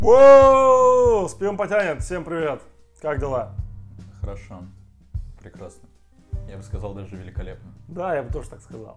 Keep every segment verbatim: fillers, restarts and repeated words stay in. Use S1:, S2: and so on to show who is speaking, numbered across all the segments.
S1: Воу! Спион потянет. Всем привет. Как дела?
S2: Хорошо. Прекрасно. Я бы сказал, даже великолепно.
S1: Да, я бы тоже так сказал.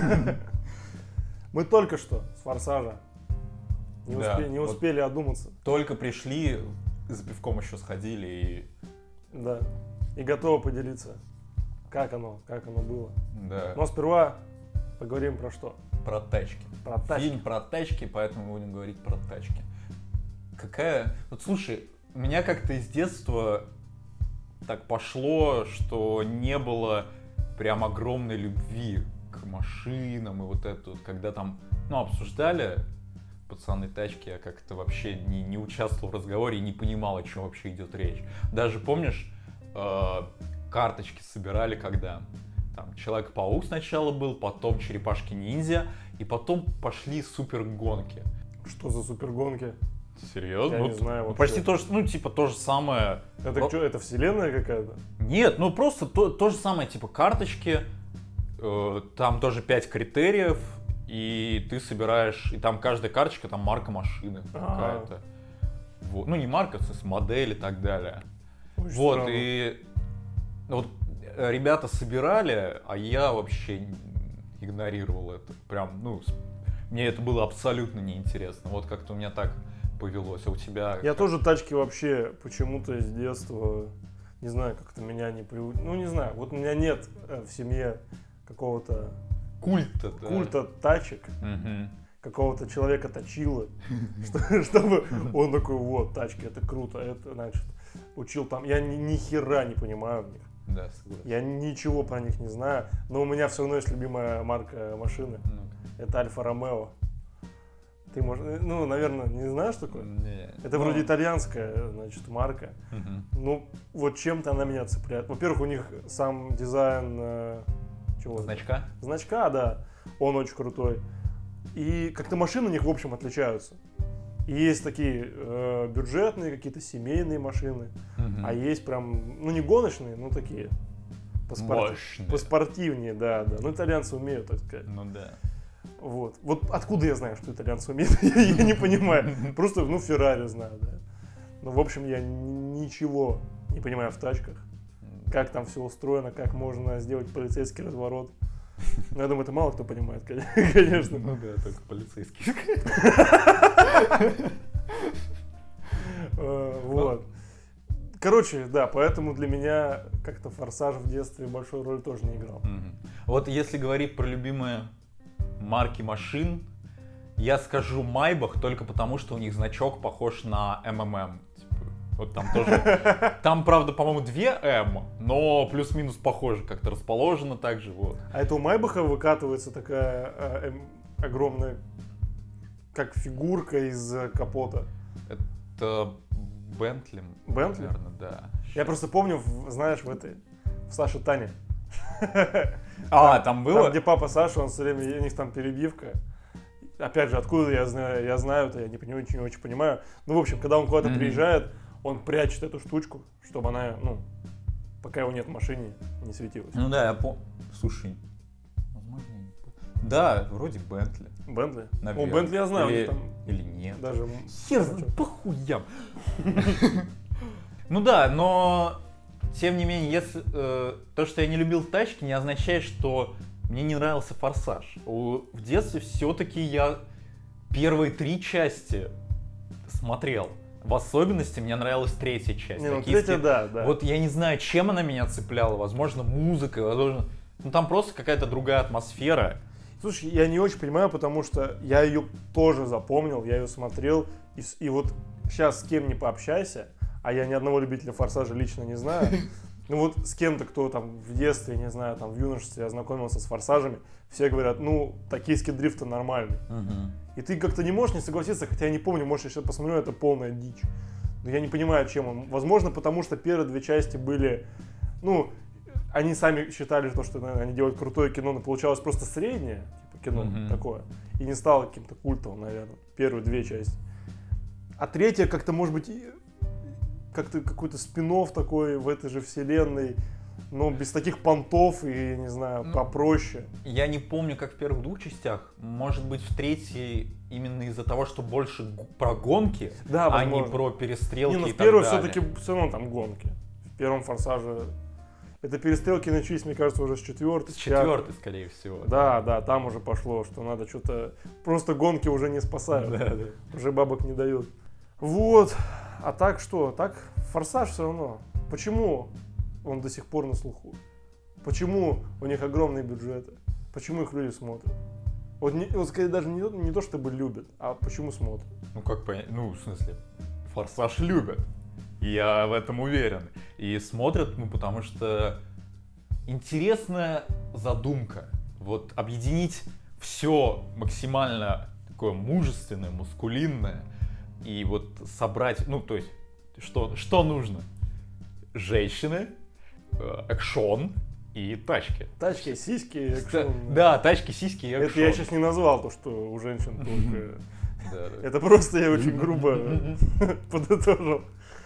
S1: Мы только что с «Форсажа» не,
S2: Да,
S1: успе- не
S2: вот
S1: успели одуматься.
S2: Только пришли, за пивком еще сходили и...
S1: Да. И готовы поделиться, как оно, как оно было.
S2: Да.
S1: Но сперва поговорим про что?
S2: Про тачки.
S1: Про тачки.
S2: Фильм про тачки, поэтому будем говорить про тачки. Какая... Вот слушай, у меня как-то из детства так пошло, что не было прям огромной любви к машинам и вот это вот, когда там, ну, обсуждали пацаны тачки, я как-то вообще не, не участвовал в разговоре и не понимал, о чем вообще идет речь. Даже, помнишь, э, карточки собирали, когда там Человек-паук сначала был, потом Черепашки-ниндзя, и потом пошли супергонки.
S1: Что за супергонки?
S2: Серьезно?
S1: Я
S2: Ну,
S1: не знаю вообще.
S2: Почти то же, ну, типа, то же самое.
S1: Это
S2: Во-
S1: что, это вселенная какая-то?
S2: Нет, ну просто то, то же самое, типа, карточки, э, там тоже пять критериев, и ты собираешь, и там каждая карточка, там марка машины
S1: А.
S2: какая-то. Вот. Ну, не марка, в смысле, модель и так далее.
S1: Очень
S2: Вот,
S1: странно.
S2: и вот э, ребята собирали, а я вообще игнорировал это. Прям, ну, с- мне это было абсолютно неинтересно. Вот как-то у меня так повелось, а у тебя...
S1: Я
S2: как?
S1: тоже тачки вообще почему-то с детства, не знаю, как-то меня не приучили. Ну, не знаю, вот у меня нет э, в семье какого-то
S2: Культа, да.
S1: культа тачек,
S2: Мгм.
S1: какого-то человека точила, что- чтобы он такой, вот, тачки, это круто, это, значит, учил там. Я ни, ни хера не понимаю в них.
S2: Да, согласен.
S1: Я ничего про них не знаю, но у меня все равно есть любимая марка машины.
S2: Ну-ка.
S1: Это Альфа Ромео. Ты, может, ну, наверное, не знаешь такое?
S2: Не.
S1: Это
S2: Ну,
S1: вроде итальянская, значит, марка.
S2: мгм.
S1: Ну, вот чем-то она меня цепляет. Во-первых, у них сам дизайн э, чего?
S2: Значка?
S1: Значка, да, он очень крутой. И как-то машины у них, в общем, отличаются. И есть такие э, бюджетные, какие-то семейные машины,
S2: Мгм.
S1: а есть прям, ну, не гоночные, но такие поспорти-
S2: Мощные.
S1: поспортивнее, да, да. Ну, итальянцы умеют, так сказать.
S2: Ну да.
S1: Вот. Вот откуда я знаю, что итальянцы умеют, я не понимаю. Просто, ну, Феррари знаю, да. Ну, в общем, я н- ничего не понимаю в тачках. Как там все устроено, как можно сделать полицейский разворот. Ну, я думаю, это мало кто понимает, конечно.
S2: Ну да, только полицейский.
S1: Э, Вот. Короче, да, поэтому для меня как-то «Форсаж» в детстве большой роль тоже не играл.
S2: Мгм. Вот если говорить про любимые марки машин, я скажу Майбах только потому, что у них значок похож на эм эм эм. Типа, вот там тоже. Там, правда, по-моему, две М, но плюс-минус похоже, как-то расположено так же. Вот.
S1: А это у Майбаха выкатывается такая э, эм, огромная, как фигурка из э, капота.
S2: Это Бентли,
S1: Бентли?
S2: наверное, да.
S1: Я просто помню, в- знаешь, в этой, в Саше Таня.
S2: А, там было?
S1: Там, где папа Саша, он все время, у них там перебивка. Опять же, откуда я знаю, я знаю это, я не, понимаю, не очень понимаю. Ну, в общем, когда он куда-то
S2: Мгм.
S1: приезжает, он прячет эту штучку, чтобы она, ну, пока его нет в машине, не светилась.
S2: Ну да, я помню. Слушай, возможно, я не помню. Да, вроде Бентли.
S1: Бентли?
S2: Наверное.
S1: Ну, Бентли я знаю, у
S2: Или,
S1: них там
S2: или нет.
S1: даже... м,
S2: Хер
S1: значок.
S2: знает, по хуям. Ну да, но тем не менее, если э, то, что я не любил тачки, не означает, что мне не нравился «Форсаж». У- В детстве все-таки я первые три части смотрел. В особенности мне нравилась третья часть.
S1: Не, ну,
S2: Токийский-
S1: третья, да, да.
S2: Вот я не знаю, чем она меня цепляла. Возможно, музыкой, возможно... Ну там просто какая-то другая атмосфера.
S1: Слушай, я не очень понимаю, потому что я ее тоже запомнил, я ее смотрел, и, с- и вот сейчас с кем не пообщайся, а я ни одного любителя «Форсажа» лично не знаю, ну вот с кем-то, кто там в детстве, не знаю, там в юношестве ознакомился с «Форсажами», все говорят, ну, токийский дрифт нормальный. И ты как-то не можешь не согласиться, хотя я не помню, может, я сейчас посмотрю, это полная дичь. Но я не понимаю, чем он. Возможно, потому что первые две части были, ну, они сами считали, то, что наверное, они делают крутое кино, но получалось просто среднее, типа кино
S2: Мгм.
S1: такое. И не стало каким-то культовым, наверное, первые две части. А третья как-то, может быть, и- как-то какой-то спин-офф такой в этой же вселенной, но без таких понтов и, не знаю,
S2: Ну,
S1: попроще.
S2: Я не помню, как в первых двух частях. Может быть, в третьей именно из-за того, что больше г- про гонки,
S1: Да,
S2: а не
S1: возможно.
S2: про перестрелки
S1: Не, ну
S2: и
S1: в
S2: так
S1: первом
S2: далее.
S1: все-таки все равно там гонки. В первом «Форсаже». Это перестрелки начались, мне кажется, уже с четвертой.
S2: С четвертой, скорее всего.
S1: Да, да, там уже пошло, что надо что-то... Просто гонки уже не спасают.
S2: Да, да.
S1: Уже бабок не дают. Вот. А так что? Так «Форсаж» все равно. Почему он до сих пор на слуху? Почему у них огромные бюджеты? Почему их люди смотрят? Вот, не, вот скорее, даже не, то- не то, чтобы любят, а почему смотрят.
S2: Ну, как понять? Ну, в смысле, «Форсаж» любят. Я в этом уверен. И смотрят, ну, потому что интересная задумка. Вот объединить все максимально такое мужественное, мускулинное. И вот собрать, ну, то есть, что, что нужно? Женщины, э, экшон и тачки.
S1: Тачки, сиськи, экшон.
S2: Да, тачки, сиськи и экшон.
S1: Это я сейчас не назвал то, что у женщин только...
S2: Да, да.
S1: Это просто я очень грубо подытожил.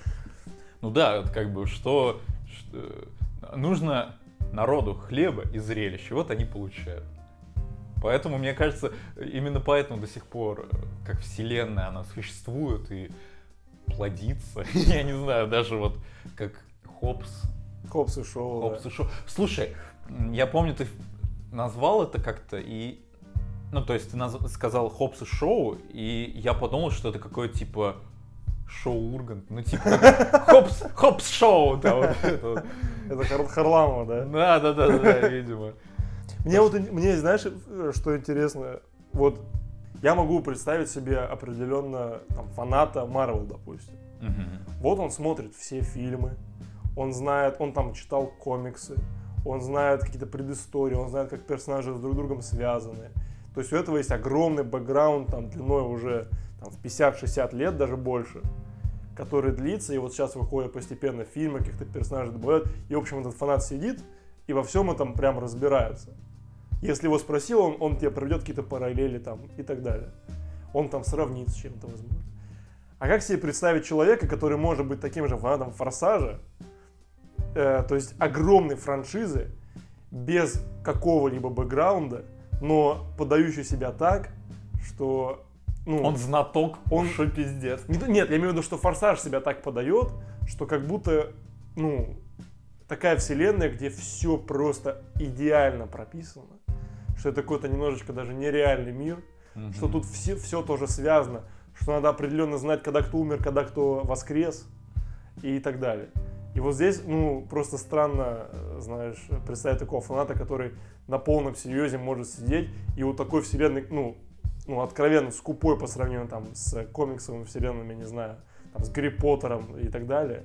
S2: Ну да, вот как бы что, что нужно народу хлеба и зрелища, вот они получают. Поэтому, мне кажется, именно поэтому до сих пор, как вселенная, она существует и плодится. Я не знаю, даже вот как Хопс.
S1: Хопс и шоу,
S2: Хопс
S1: да.
S2: и шоу. Слушай, я помню, ты назвал это как-то и... Ну, то есть ты наз- сказал Хопс и шоу, и я подумал, что это какое-то типа шоу Ургант. Ну, типа как Хопс, Хопс шоу. Да, вот это вот.
S1: Это Хар- Харламова, да?
S2: Да, да, да, да, видимо.
S1: Мне вот, ин- мне, знаешь, э, что интересно? Вот я могу представить себе определенно там, фаната Марвел, допустим.
S2: Мгм.
S1: Вот он смотрит все фильмы, он знает, он там читал комиксы, он знает какие-то предыстории, он знает, как персонажи с друг другом связаны. То есть у этого есть огромный бэкграунд, там, длиной уже там, в пятьдесят-шестьдесят лет, даже больше, который длится, и вот сейчас выходят постепенно фильмы, каких-то персонажей добавляют, и, в общем, этот фанат сидит и во всем этом прям разбирается. Если его спросил, он, он тебе проведет какие-то параллели там и так далее. Он там сравнит с чем-то, возможно. А как себе представить человека, который может быть таким же фанатом «Форсажа», э, то есть огромной франшизы, без какого-либо бэкграунда, но подающий себя так, что... Ну,
S2: Он знаток,
S1: Он-
S2: он что пиздец.
S1: не то- нет, я имею в виду, что «Форсаж» себя так подает, что как будто, ну, такая вселенная, где все просто идеально прописано, что это какой-то немножечко даже нереальный мир,
S2: Мгм.
S1: что тут все, все тоже связано, что надо определенно знать, когда кто умер, когда кто воскрес и так далее. И вот здесь, ну, просто странно, э, знаешь, представить такого фаната, который на полном серьезе может сидеть и вот такой вселенной, ну, ну, откровенно скупой по сравнению там с комиксовыми вселенными, не знаю, там, с Гарри Поттером и так далее,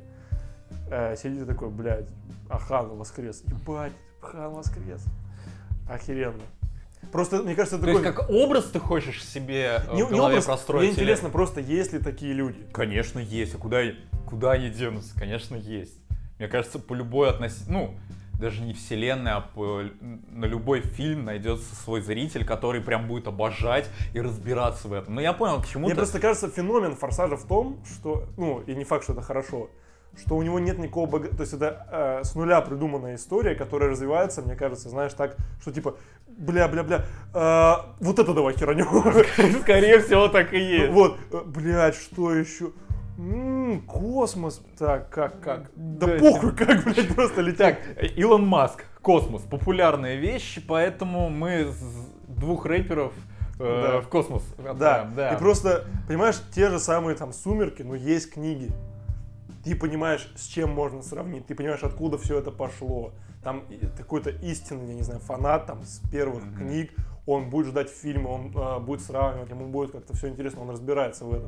S1: э, сидит и такой, блядь, а Хан воскрес, ебать, Хан воскрес, охеренно. Просто, мне кажется, это
S2: То
S1: такой...
S2: есть как образ ты хочешь себе э,
S1: Не-
S2: в
S1: не
S2: голове
S1: образ,
S2: простроить?
S1: Мне
S2: или-
S1: интересно просто, есть ли такие люди.
S2: Конечно, есть. А куда, куда они денутся? Конечно, есть. Мне кажется, по любой относительно... Ну, даже не вселенной, а по- на любой фильм найдется свой зритель, который прям будет обожать и разбираться в этом. Но я понял, к чему
S1: Мне
S2: ты...
S1: просто кажется, феномен «Форсажа» в том, что, ну, и не факт, что это хорошо, что у него нет никакого бэк... То есть это э, с нуля придуманная история, которая развивается, мне кажется, знаешь, так, что типа, бля-бля-бля, э, вот это давай херанем.
S2: Скорее всего, так и есть.
S1: Вот, э, блядь, что еще? М, космос. Так, как, как? Да
S2: Да,
S1: похуй, как, блядь, просто летят.
S2: Так, Илон Маск, космос, популярная вещь, поэтому мы с двух рэперов э,
S1: Да.
S2: в космос
S1: Да.
S2: отправим. Да.
S1: И просто, понимаешь, те же самые там «Сумерки», но есть книги. Ты понимаешь, с чем можно сравнить, ты понимаешь, откуда все это пошло. Там и- какой-то истинный, я не знаю, фанат там с первых
S2: Мгм.
S1: книг, он будет ждать фильма, он э, будет сравнивать, ему будет как-то все интересно, он разбирается в этом.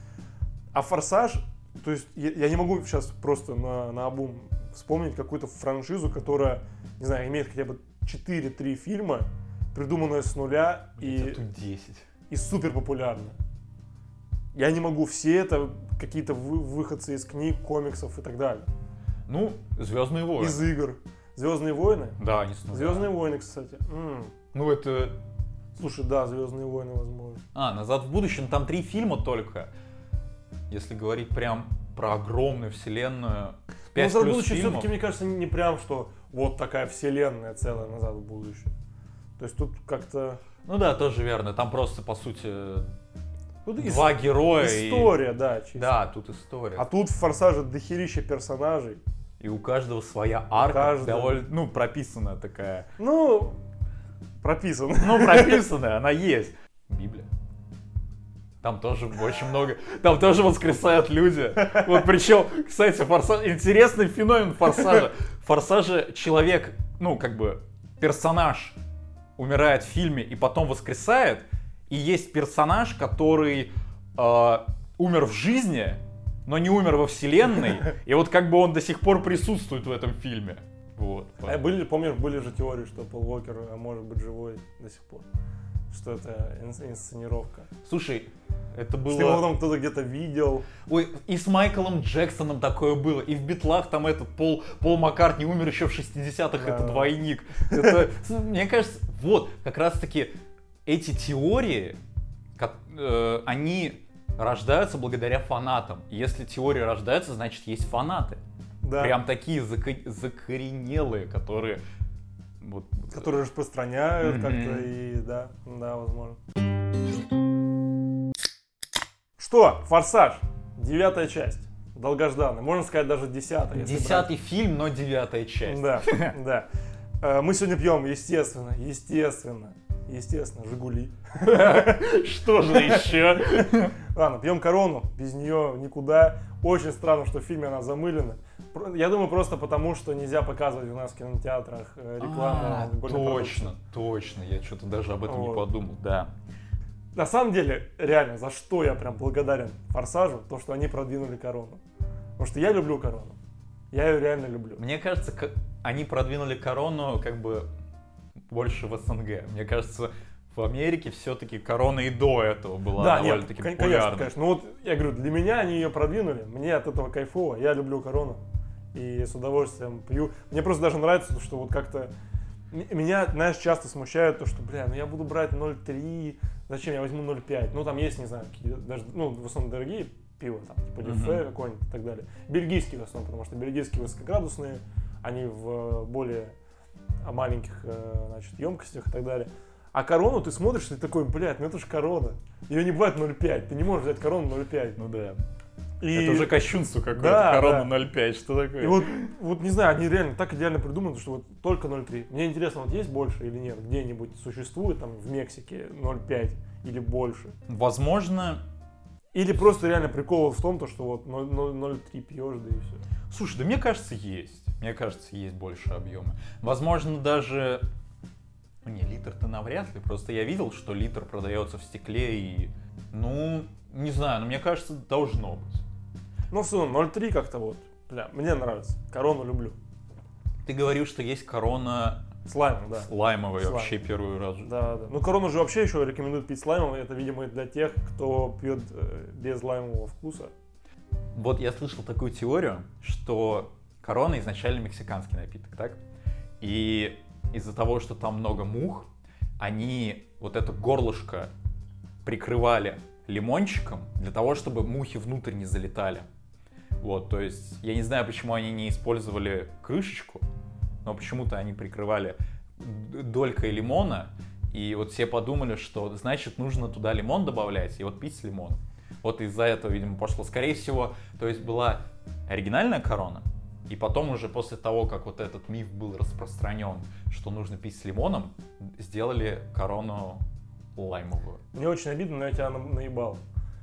S1: А «Форсаж», то есть я, я не могу сейчас просто на, на обум вспомнить какую-то франшизу, которая, не знаю, имеет хотя бы четыре-три фильма, придуманная с нуля
S2: Блядь, а
S1: и,
S2: тут десять.
S1: и супер популярна. Я не могу, все это какие-то вы- выходцы из книг, комиксов и так далее.
S2: Ну, Звездные войны.
S1: Из игр. «Звездные войны».
S2: Да, не с нуля.
S1: «Звездные войны», кстати. М.
S2: Ну, это...
S1: Слушай, да, «Звездные войны», возможно.
S2: А, «Назад в будущем», там три фильма только. Если говорить прям про огромную вселенную.
S1: Но
S2: Пять
S1: «Назад в
S2: плюс
S1: будущее»
S2: фильмов.
S1: все-таки, мне кажется, не прям, что вот такая вселенная целая «Назад в будущее». То есть тут как-то...
S2: Ну да, тоже верно. Там просто, по сути,
S1: Тут
S2: два
S1: ис-
S2: героя.
S1: История,
S2: и...
S1: да, чисто.
S2: Да, тут история.
S1: А тут в «Форсаже» дохерища персонажей.
S2: И у каждого своя арка,
S1: каждого.
S2: довольно, ну, прописанная такая.
S1: Ну, прописано.
S2: Ну, прописанная, она есть. Библия. Там тоже очень много, там тоже воскресают люди. Вот причем, кстати, форсаж, интересный феномен «Форсажа». В «Форсаже» человек, ну, как бы, персонаж умирает в фильме и потом воскресает. И есть персонаж, который э, умер в жизни, но не умер во вселенной. И вот как бы он до сих пор присутствует в этом фильме. Вот.
S1: А были, помнишь, были же теории, что Пол Уокер может быть живой до сих пор. Что это инсценировка.
S2: Слушай, это было...
S1: Что его потом кто-то где-то видел.
S2: Ой, и с Майклом Джексоном такое было. И в «Битлах» там этот Пол, Пол Маккартни умер еще в шестидесятых,
S1: Да.
S2: это двойник. Это, мне кажется, вот, как раз-таки эти теории, как, э, они рождаются благодаря фанатам. Если теория рождается, значит есть фанаты.
S1: Да.
S2: Прям такие зако- закоренелые, которые... Вот,
S1: Которые распространяют
S2: Мгм.
S1: как-то и да, да, возможно. Что? «Форсаж». Девятая часть. Долгожданная. Можно сказать, даже десятая. если
S2: Десятый фильм, но девятая часть.
S1: брать. Да, да. Э, Мы сегодня пьем, естественно, естественно, естественно, «Жигули».
S2: Что же еще?
S1: Ладно, пьем «Корону», без нее никуда. Очень странно, что в фильме она замылена. Про- Я думаю, просто потому, что нельзя показывать у нас в кинотеатрах э, рекламу.
S2: А,
S1: алкогольной продукции.
S2: точно, точно. Я что-то даже об этом не
S1: Вот.
S2: подумал, да.
S1: На самом деле, реально, за что я прям благодарен «Форсажу», то, что они продвинули «Корону». Потому что я люблю «Корону». Я ее реально люблю.
S2: Мне кажется, к- они продвинули «Корону» как бы больше в СНГ. Мне кажется, в Америке все-таки «Корона» и до этого была
S1: Да, нет,
S2: довольно-таки
S1: кон-
S2: популярна.
S1: конечно, конечно. Ну вот, я говорю, для меня они ее продвинули, мне от этого кайфово, я люблю «Корону». И с удовольствием пью. Мне просто даже нравится, что вот как-то... м- Меня, знаешь, часто смущает то, что, бля, ну я буду брать ноль три, зачем я возьму ноль пять? Ну там есть, не знаю, какие даже, ну в основном дорогие пиво, там, типа Дюфе
S2: Мгм.
S1: какой-нибудь и так далее. Бельгийские в основном, потому что бельгийские высокоградусные, они в более маленьких, э, значит, емкостях и так далее. А «Корону» ты смотришь, и ты такой, блядь, ну это же «Корона». Ее не бывает ноль пять, ты не можешь взять «Корону» ноль пять.
S2: Ну да.
S1: И...
S2: Это уже кощунство какое-то.
S1: Да,
S2: «Корона»
S1: да.
S2: ноль пять, что такое?
S1: И вот, вот не знаю, они реально так идеально придуманы, что вот только ноль три. Мне интересно, вот есть больше или нет? Где-нибудь существует там в Мексике ноль пять или больше?
S2: Возможно...
S1: Или просто реально прикол в том, то, что вот ноль три пьешь, да и все.
S2: Слушай, да мне кажется, есть. Мне кажется, есть больше объема. Возможно, даже... Ну, не, литр-то навряд ли. Просто я видел, что литр продается в стекле и... Ну, не знаю, но мне кажется, должно быть.
S1: Ну все, ноль три как-то вот, бля, мне нравится. «Корону» люблю.
S2: Ты говорил, что есть «Корона»
S1: С лаймом, да.
S2: с лаймовой
S1: С
S2: вообще
S1: лаймом.
S2: первый раз.
S1: Да, да. Ну «Корону» же вообще еще рекомендуют пить с лаймом. Это, видимо, для тех, кто пьет э, без лаймового вкуса.
S2: Вот я слышал такую теорию, что «Корона» изначально мексиканский напиток, так? И из-за того, что там много мух, они вот это горлышко прикрывали лимончиком для того, чтобы мухи внутрь не залетали. Вот, то есть я не знаю, почему они не использовали крышечку, но почему-то они прикрывали д- долькой лимона, и вот все подумали, что значит нужно туда лимон добавлять и вот пить с лимоном. Вот из-за этого, видимо, пошло. Скорее всего, то есть была оригинальная «Корона», и потом уже после того, как вот этот миф был распространен, что нужно пить с лимоном, сделали «Корону» лаймовую.
S1: Мне очень обидно, но я тебя на- наебал.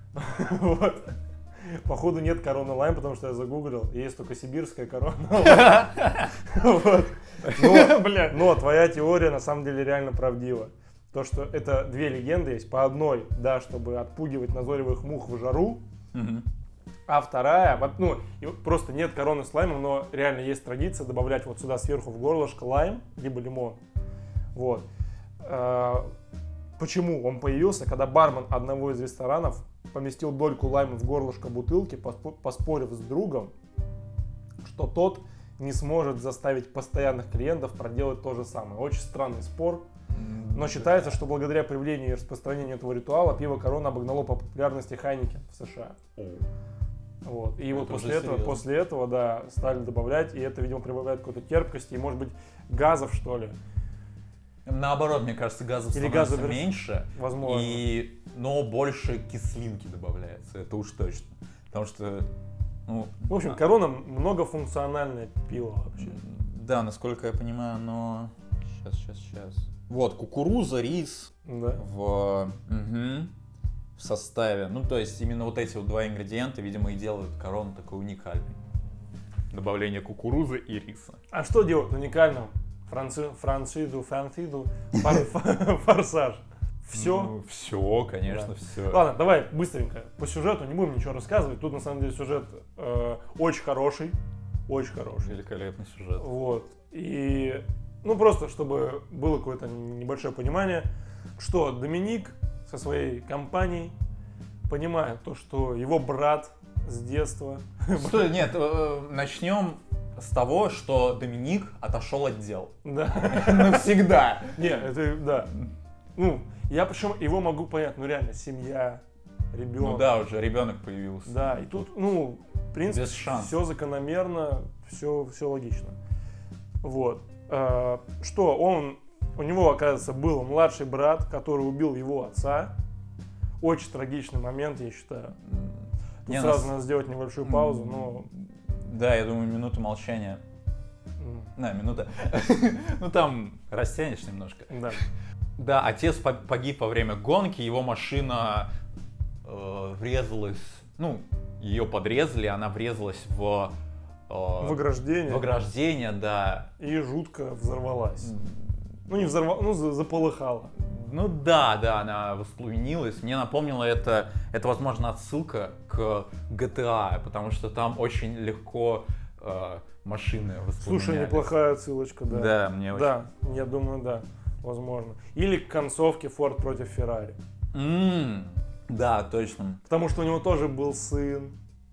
S1: Вот. Походу нет «Короны лайм», потому что я загуглил, и есть только сибирская «Корона лайм». Вот. Но,
S2: Бля.
S1: но твоя теория на самом деле реально правдива. То, что это две легенды есть. По одной, да, чтобы отпугивать назойливых мух в жару,
S2: Мгм.
S1: а вторая, вот, ну, и вот просто нет «Короны» с лаймом, но реально есть традиция добавлять вот сюда сверху в горлышко лайм, либо лимон. Вот. А, Почему он появился, когда бармен одного из ресторанов поместил дольку лайма в горлышко бутылки, поспо- поспорив с другом, что тот не сможет заставить постоянных клиентов проделать то же самое. Очень странный спор, но считается, что благодаря появлению и распространению этого ритуала пиво «Корона» обогнало по популярности Хайнекен в США. Вот. И вот
S2: Это
S1: после
S2: уже
S1: этого,
S2: серьезно.
S1: после этого, да, стали добавлять, и это, видимо, прибавляет какой-то терпкости, и, может быть, газов, что ли.
S2: Наоборот, мне кажется, газов
S1: Или
S2: становится
S1: газовый рас-
S2: меньше.
S1: Возможно.
S2: И но больше кислинки добавляется, это уж точно. Потому что, ну...
S1: В общем, Корона многофункциональное пиво вообще.
S2: Да, насколько я понимаю, оно... Сейчас, сейчас, сейчас. Вот, кукуруза, рис
S1: Да.
S2: в, угу, в составе. Ну, то есть, именно вот эти вот два ингредиента, видимо, и делают Корону такой уникальной. Добавление кукурузы и риса.
S1: А что делать уникальным Франци... франшизу, франшизу, фор... форсаж? Все?
S2: Ну, все, конечно,
S1: Да.
S2: все.
S1: Ладно, давай быстренько. По сюжету не будем ничего рассказывать. Тут, на самом деле, сюжет э, очень хороший. Очень хороший.
S2: Великолепный сюжет.
S1: Вот. И, ну, просто, чтобы было какое-то небольшое понимание, что Доминик со своей компанией понимает то, что его брат с детства...
S2: Стой, нет, э, начнем с того, что Доминик отошел от дел.
S1: Да.
S2: Навсегда.
S1: Не, это, да. Ну, я причем его могу понять, ну, реально, семья, ребенок.
S2: Ну да, уже ребенок появился.
S1: Да, и тут, ну, в принципе,
S2: Без шансов.
S1: все закономерно, все, все логично. Вот. А, что он, у него, оказывается, был младший брат, который убил его отца. Очень трагичный момент, я считаю. Тут
S2: Не,
S1: сразу
S2: нас-
S1: надо сделать небольшую паузу, но...
S2: Да, я думаю, минуту молчания.
S1: м,
S2: Да, минута. Ну там растянешь немножко.
S1: Да.
S2: Да, отец по- погиб во время гонки, его машина э, врезалась, ну, ее подрезали, она врезалась в, э,
S1: В ограждение.
S2: в ограждение, да.
S1: И жутко взорвалась. Ну, не взорвалась, ну, за- заполыхала.
S2: Ну да, да, она воспламенилась. Мне напомнило это, это, возможно, отсылка к джи ти эй, потому что там очень легко э, машины воспламенялись.
S1: Слушай, неплохая отсылочка, да.
S2: Да, мне очень...
S1: Да, я думаю, да, возможно. Или к концовке Форд против Феррари.
S2: М, да, точно.
S1: Потому что у него тоже был сын.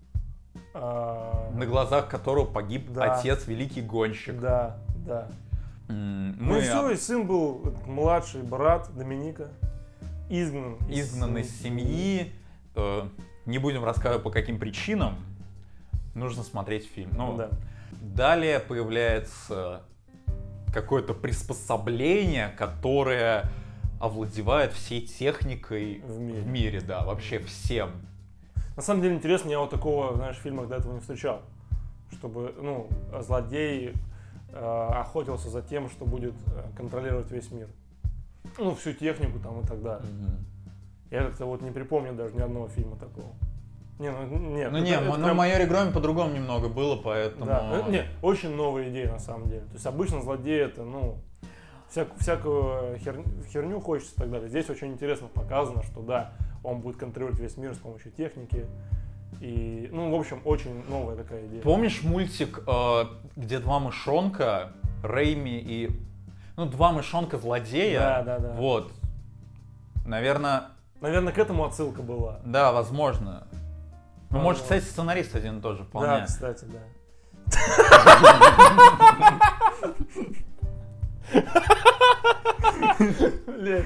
S1: А,
S2: На глазах которого погиб
S1: Да.
S2: отец, великий гонщик.
S1: Да, да.
S2: М,
S1: Ну
S2: мы
S1: и все, и сын был этот младший брат Доминика. Изгнан. из
S2: изгнан из семьи. Э, не будем рассказывать, по каким причинам. Нужно смотреть фильм. Ну,
S1: Да.
S2: далее появляется какое-то приспособление, которое овладевает всей техникой
S1: В мире.
S2: в мире, да, вообще всем.
S1: На самом деле интересно, я вот такого, знаешь, в фильмах до этого не встречал. Чтобы, ну, злодей э, охотился за тем, что будет э, контролировать весь мир. Ну, всю технику там и так далее. Я как-то вот не припомню даже ни одного фильма такого. Не, ну нет.
S2: Ну
S1: это-
S2: не,
S1: это
S2: м- ну,
S1: прям-
S2: в «Майоре Громе» по-другому немного было, поэтому...
S1: Да, э, не, очень новая идея на самом деле. То есть обычно злодей это, ну, всяк, всякую хер, херню хочется и так далее. Здесь очень интересно показано, что да, он будет контролировать весь мир с помощью техники. И, ну, в общем, очень новая такая идея.
S2: Помнишь мультик, э, где два мышонка, Рейми и... Ну, два мышонка злодея?
S1: Да, да, да.
S2: Вот. Наверное,
S1: Наверное, к этому отсылка была.
S2: да, возможно. Ну,
S1: А,
S2: может,
S1: ну.
S2: кстати, сценарист один тоже вполне.
S1: Да, кстати, да. Блядь.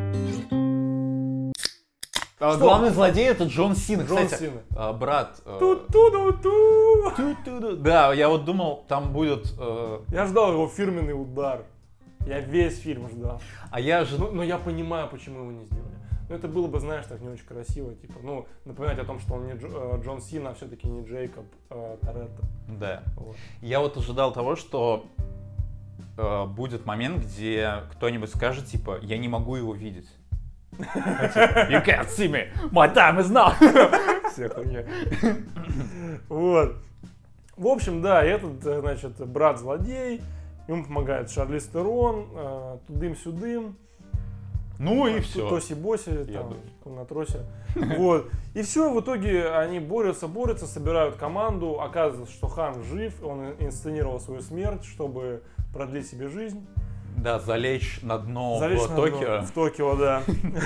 S2: А
S1: Что?
S2: главный злодей это Джон Сина.
S1: Джон
S2: Кстати,
S1: Сина.
S2: а, брат. э,
S1: Ту-ту-ду-ту.
S2: ту-ту-ду. Да, я вот думал, там будет. э,
S1: Я ждал его фирменный удар. Я весь фильм ждал.
S2: А я же.
S1: Ну, но я понимаю, почему его не сделали. Ну, это было бы, знаешь, так не очень красиво. Типа, ну, напоминать о том, что он не Дж- э, Джон Сина, а все-таки не Джейкоб э, Торетто.
S2: Да.
S1: Вот.
S2: Я вот ожидал того, что э, будет момент, где кто-нибудь скажет, типа, я не могу его видеть. Ну, типа, You can't see me, my time is now.
S1: Вся хуйня. Вот. В общем, да, этот, э, значит, брат-злодей, ему помогает Шарлиз Терон, э, тудым-сюдым.
S2: Ну и все.
S1: Тоси-боси,
S2: Я
S1: там,
S2: думаю.
S1: на тросе. Вот. И все, в итоге они борются, борются, собирают команду. Оказывается, что Хан жив, он инсценировал свою смерть, чтобы продлить себе жизнь.
S2: Да, залечь на дно
S1: Залечь
S2: в
S1: на
S2: Токио.
S1: дно. В Токио, да.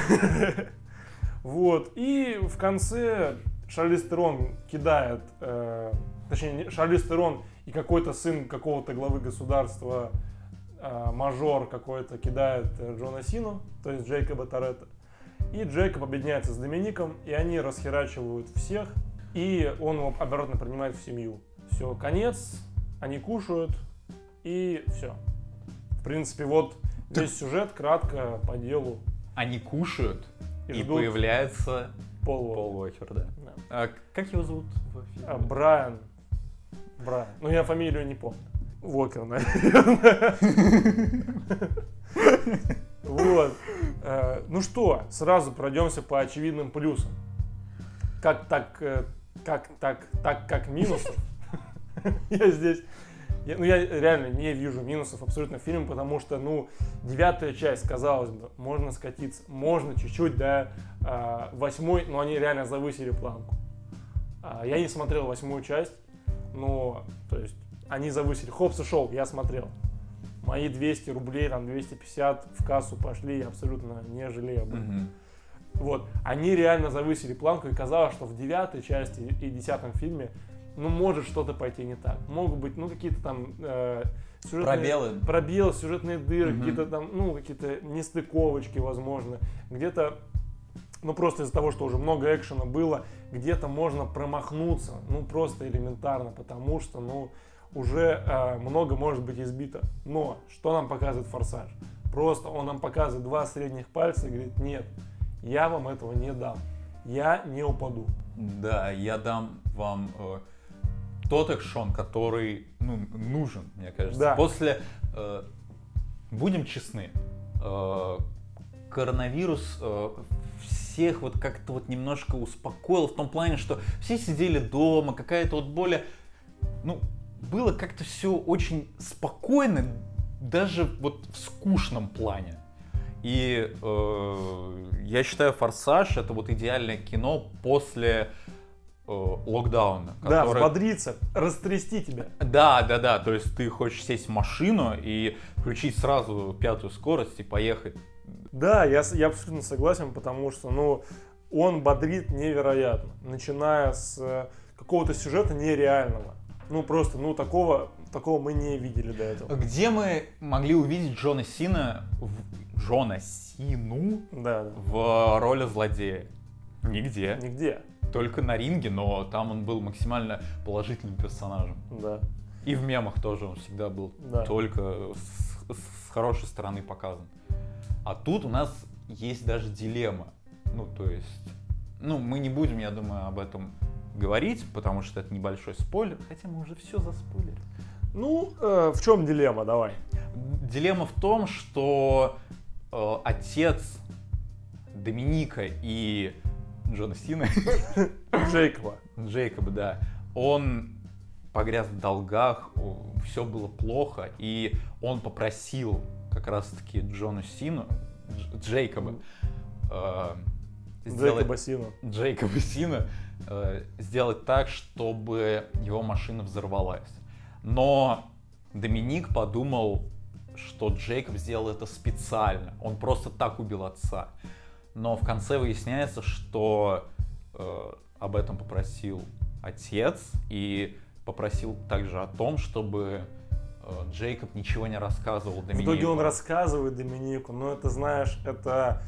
S1: Вот. И в конце Шарлиз Терон кидает, э, точнее, не- Шарлиз Терон и какой-то сын какого-то главы государства, э, мажор какой-то, кидает э, Джона Сину, то есть Джейкоба Торетто. И Джейкоб объединяется с Домиником, и они расхерачивают всех, и он его обратно принимает в семью. Все, конец, они кушают, и все. В принципе, вот весь сюжет кратко по делу.
S2: Они кушают.
S1: и,
S2: И
S1: ждут
S2: появляется
S1: Пол
S2: Пол
S1: Уокер.
S2: Уокер, да.
S1: Да.
S2: А как его зовут в фильме?
S1: А, Брайан. Брайан. Ну, я фамилию не помню. Уокер, наверное. Вот. Э, Ну что, сразу пройдемся по очевидным плюсам. Как так, э, как так, так как минусов. Я здесь, я- ну я реально не вижу минусов абсолютно в фильме, потому что, ну, девятая часть, казалось бы, можно скатиться, можно чуть-чуть до а, восьмой, но они реально завысили планку. А, я не смотрел восьмую часть, но, то есть, они завысили. Хопс и Шоу я смотрел. Мои двести рублей, там двести пятьдесят в кассу пошли, я абсолютно не жалею об этом.
S2: Мгм.
S1: Вот, они реально завысили планку, и казалось, что в девятой части и десятом фильме, ну, может что-то пойти не так. Могут быть, ну, какие-то там э, сюжетные-
S2: Пробелы.
S1: пробелы, сюжетные дыры,
S2: Мгм.
S1: какие-то там, ну, какие-то нестыковочки, возможно. Где-то, ну, просто из-за того, что уже много экшена было, где-то можно промахнуться, ну, просто элементарно, потому что, ну, уже э, много может быть избито. Но что нам показывает «Форсаж»? Просто он нам показывает два средних пальца и говорит: нет, я вам этого не дам, я не упаду.
S2: Да, я дам вам э, тот экшон, который, ну, нужен, мне кажется.
S1: Да.
S2: После, э, будем честны, э, коронавирус э, всех вот как-то вот немножко успокоил в том плане, что все сидели дома, какая-то вот более, ну, было как-то все очень спокойно, даже вот в скучном плане. И э, я считаю, «Форсаж» — это вот идеальное кино после э, локдауна.
S1: Да,
S2: которое-
S1: взбодриться, растрясти тебя.
S2: Да, да, да. То есть ты хочешь сесть в машину и включить сразу пятую скорость и поехать.
S1: Да, я, с- я абсолютно согласен, потому что, ну, он бодрит невероятно, начиная с э, какого-то сюжета нереального. Ну, просто, ну, такого, такого мы не видели до этого.
S2: Где мы могли увидеть Джона Сина, в... Джона Сину
S1: Да, да.
S2: в роли злодея? Нигде.
S1: Нигде.
S2: Только на ринге, но там он был максимально положительным персонажем.
S1: Да.
S2: И в мемах тоже он всегда был
S1: Да.
S2: только с, с хорошей стороны показан. А тут у нас есть даже дилемма. Ну, то есть, ну, мы не будем, я думаю, об этом говорить, потому что это небольшой спойлер, хотя мы уже все заспойлерили.
S1: Ну, э, в чем дилемма, давай.
S2: Дилемма в том, что э, отец Доминика и Джона Сина,
S1: Джейкоба.
S2: Джейкоба, да, он погряз в долгах, все было плохо, и он попросил как раз-таки Джона Сину, Дж- Джейкоба, э, сделать-
S1: Джейкоба Сина.
S2: Джейкоба Сина э, сделать так, чтобы его машина взорвалась. Но Доминик подумал, что Джейкоб сделал это специально. Он просто так убил отца. Но в конце выясняется, что э, об этом попросил отец и попросил также о том, чтобы э, Джейкоб ничего не рассказывал
S1: В
S2: Доминику.
S1: итоге он рассказывает Доминику, но это, знаешь, это,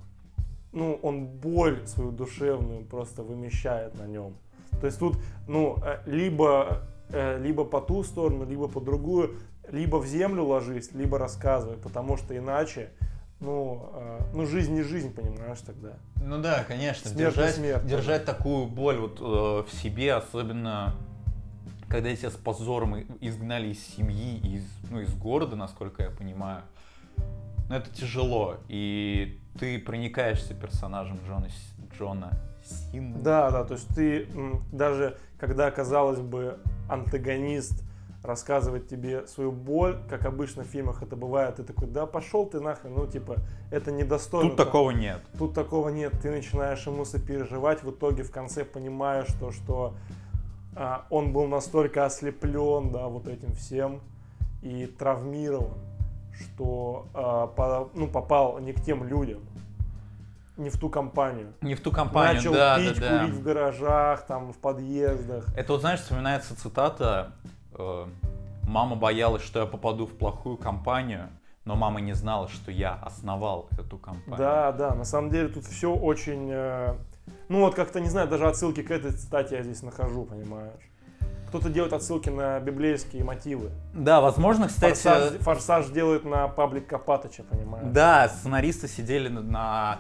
S1: ну, он боль свою душевную просто вымещает на нем. То есть тут, ну, э, либо, э, либо по ту сторону, либо по другую, либо в землю ложись, либо рассказывай, потому что иначе, ну, э, ну жизнь не жизнь, понимаешь, тогда.
S2: Ну да, конечно,
S1: Смерть
S2: держать,
S1: и смерть.
S2: держать такую боль вот э, в себе, особенно когда тебя с позором и- изгнали из семьи, из, ну, из города, насколько я понимаю, ну, это тяжело, и ты проникаешься персонажем Джона, С- Джона Сина.
S1: Да, да, то есть ты м, даже когда, казалось бы, антагонист рассказывает тебе свою боль, как обычно в фильмах это бывает, ты такой: да пошел ты нахрен, ну типа, это недостойно.
S2: Тут такого нет.
S1: Тут такого нет, ты начинаешь ему сопереживать, в итоге в конце понимаешь, что, что а, он был настолько ослеплен, да, вот этим всем и травмирован, что а, по- ну, попал не к тем людям, не в ту компанию.
S2: Не в ту компанию,
S1: Начал
S2: да,
S1: пить,
S2: да, да.
S1: курить в гаражах, там, в подъездах.
S2: Это вот, знаешь, вспоминается цитата э, «Мама боялась, что я попаду в плохую компанию, но мама не знала, что я основал эту компанию».
S1: Да, да, на самом деле тут все очень, э, ну вот как-то, не знаю, даже отсылки к этой цитате я здесь нахожу, понимаешь. Кто-то делает отсылки на библейские мотивы.
S2: Да, возможно, кстати...
S1: Форсаж, Форсаж делает на паблик Копатыча, понимаешь.
S2: Да, сценаристы сидели на, на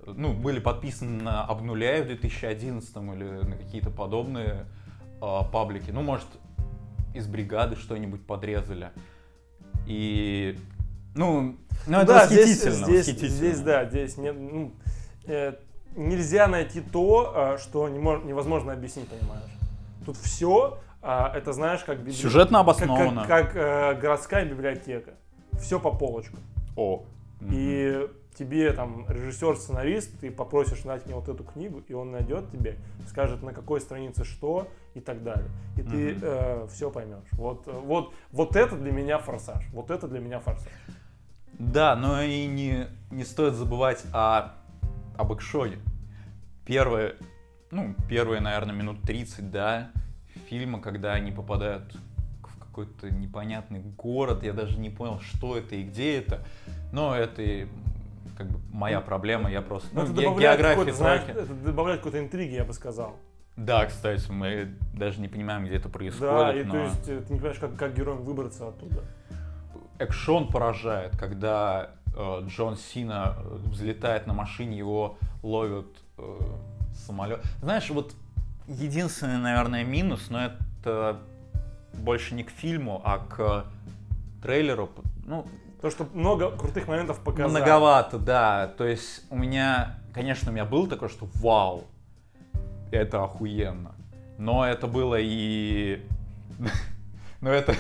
S2: ну, были подписаны на Обнуляев в две тысячи одиннадцатом или на какие-то подобные э, паблики. Ну, может, из бригады что-нибудь подрезали. И, ну, ну это
S1: да,
S2: восхитительно,
S1: здесь, здесь,
S2: восхитительно.
S1: Здесь, да, здесь не, ну, э, нельзя найти то, что не мож, невозможно объяснить, понимаешь. Тут все, э, это знаешь, как... Библи...
S2: Сюжетно обосновано.
S1: Как, как, как э, городская библиотека. Все по полочкам.
S2: О.
S1: И mm-hmm. тебе там режиссер-сценарист, ты попросишь дать мне вот эту книгу, и он найдет тебе, скажет, на какой странице что и так далее. И mm-hmm. ты э, все поймешь. Вот, вот, вот это для меня форсаж. Вот это для меня форсаж.
S2: Да, но и не, не стоит забывать о, об экшоне. Первые, ну, первые, наверное, минут тридцать, да, фильма, когда они попадают в какой-то непонятный город, я даже не понял, что это и где это. Но это как бы моя проблема, я просто...
S1: Ну,
S2: ну,
S1: это,
S2: ге-
S1: добавляет
S2: география
S1: знаешь,
S2: знаки.
S1: это добавляет какой-то интриги, я бы сказал.
S2: Да, кстати, мы даже не понимаем, где это происходит.
S1: Да, и
S2: но...
S1: то есть ты не понимаешь, как, как героям выбраться оттуда.
S2: Экшон поражает, когда э, Джон Сина взлетает на машине, его ловят э, самолет. Знаешь, вот единственный, наверное, минус, но это больше не к фильму, а к трейлеру. Ну,
S1: то, что много крутых моментов показали.
S2: Многовато, да. То есть у меня, конечно, у меня было такое, что вау, это охуенно. Но это было и... Но это...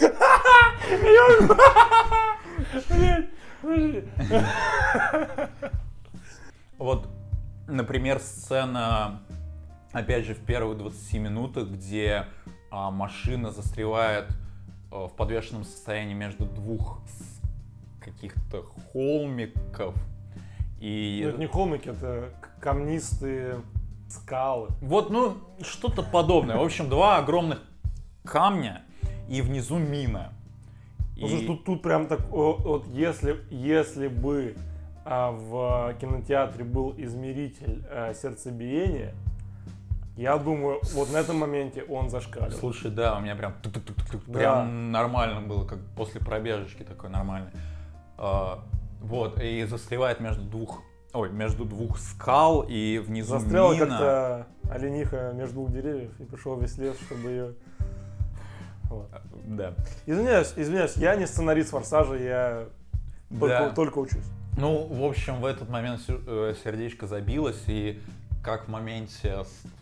S2: Вот, например, сцена, опять же, в первых двадцати минутах, где а, машина застревает а, в подвешенном состоянии между двух каких-то холмиков. И...
S1: Ну, это не холмики, это камнистые скалы.
S2: Вот, ну, что-то подобное. В общем, два огромных камня и внизу мина.
S1: И... Тут, тут прям так, вот, вот если, если бы а, в кинотеатре был измеритель а, сердцебиения, я думаю, вот на этом моменте он зашкаливал.
S2: Слушай, да, у меня прям,
S1: да.
S2: прям нормально было, как после пробежечки такой нормальный. А, вот, и застревает между двух, ой, между двух скал, и внизу
S1: Застряла
S2: мина.
S1: как-то олениха между двух деревьев, и пришел весь лес, чтобы ее... Вот.
S2: Да.
S1: Извиняюсь, извиняюсь, я не сценарист «Форсажа», я
S2: да.
S1: только, только учусь.
S2: Ну, в общем, в этот момент сердечко забилось, и как в моменте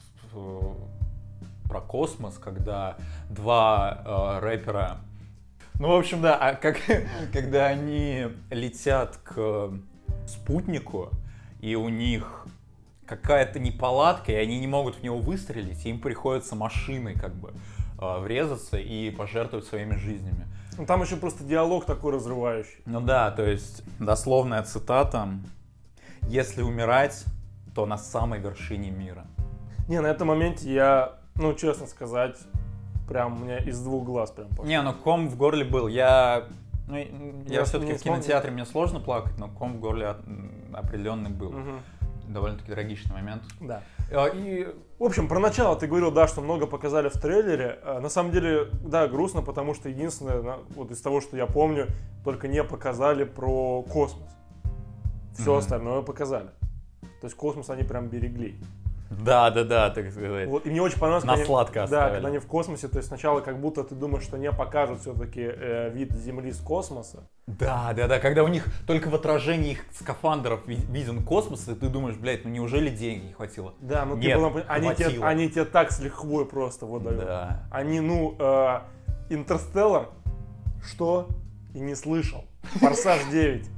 S2: про космос, когда два э, рэпера... Ну, в общем, да, а как, когда они летят к спутнику, и у них какая-то неполадка, и они не могут в него выстрелить, и им приходится машиной как бы э, врезаться и пожертвовать своими жизнями.
S1: Ну, там еще просто диалог такой разрывающий.
S2: Ну да, то есть дословная цитата: «Если умирать, то на самой вершине мира».
S1: Не, на этом моменте я, ну, честно сказать, прям у меня из двух глаз прям пошло.
S2: Не, ну ком в горле был. Я, ну, я, я все-таки в
S1: смог...
S2: кинотеатре, мне сложно плакать, но ком в горле определенный был.
S1: Угу.
S2: Довольно-таки трагичный момент.
S1: Да.
S2: И...
S1: В общем, про начало ты говорил, да, что много показали в трейлере. На самом деле, да, грустно, потому что единственное, вот из того, что я помню, только не показали про космос. Все mm-hmm. остальное показали. То есть космос они прям берегли.
S2: Да, да, да, так сказать.
S1: Вот, и мне очень понравилось,
S2: на сладко
S1: они, да, когда
S2: оставили.
S1: они в космосе, то есть сначала как будто ты думаешь, что не покажут все-таки э, вид Земли с космоса.
S2: Да, да, да, когда у них только в отражении их скафандров виден космос, и ты думаешь, блядь, ну неужели денег не хватило?
S1: Да, ну
S2: Нет,
S1: ты потом, они, тебе, они тебе так с лихвой просто вот дают.
S2: Да.
S1: Они, ну, э, Интерстеллар, что? И не слышал. Форсаж девять.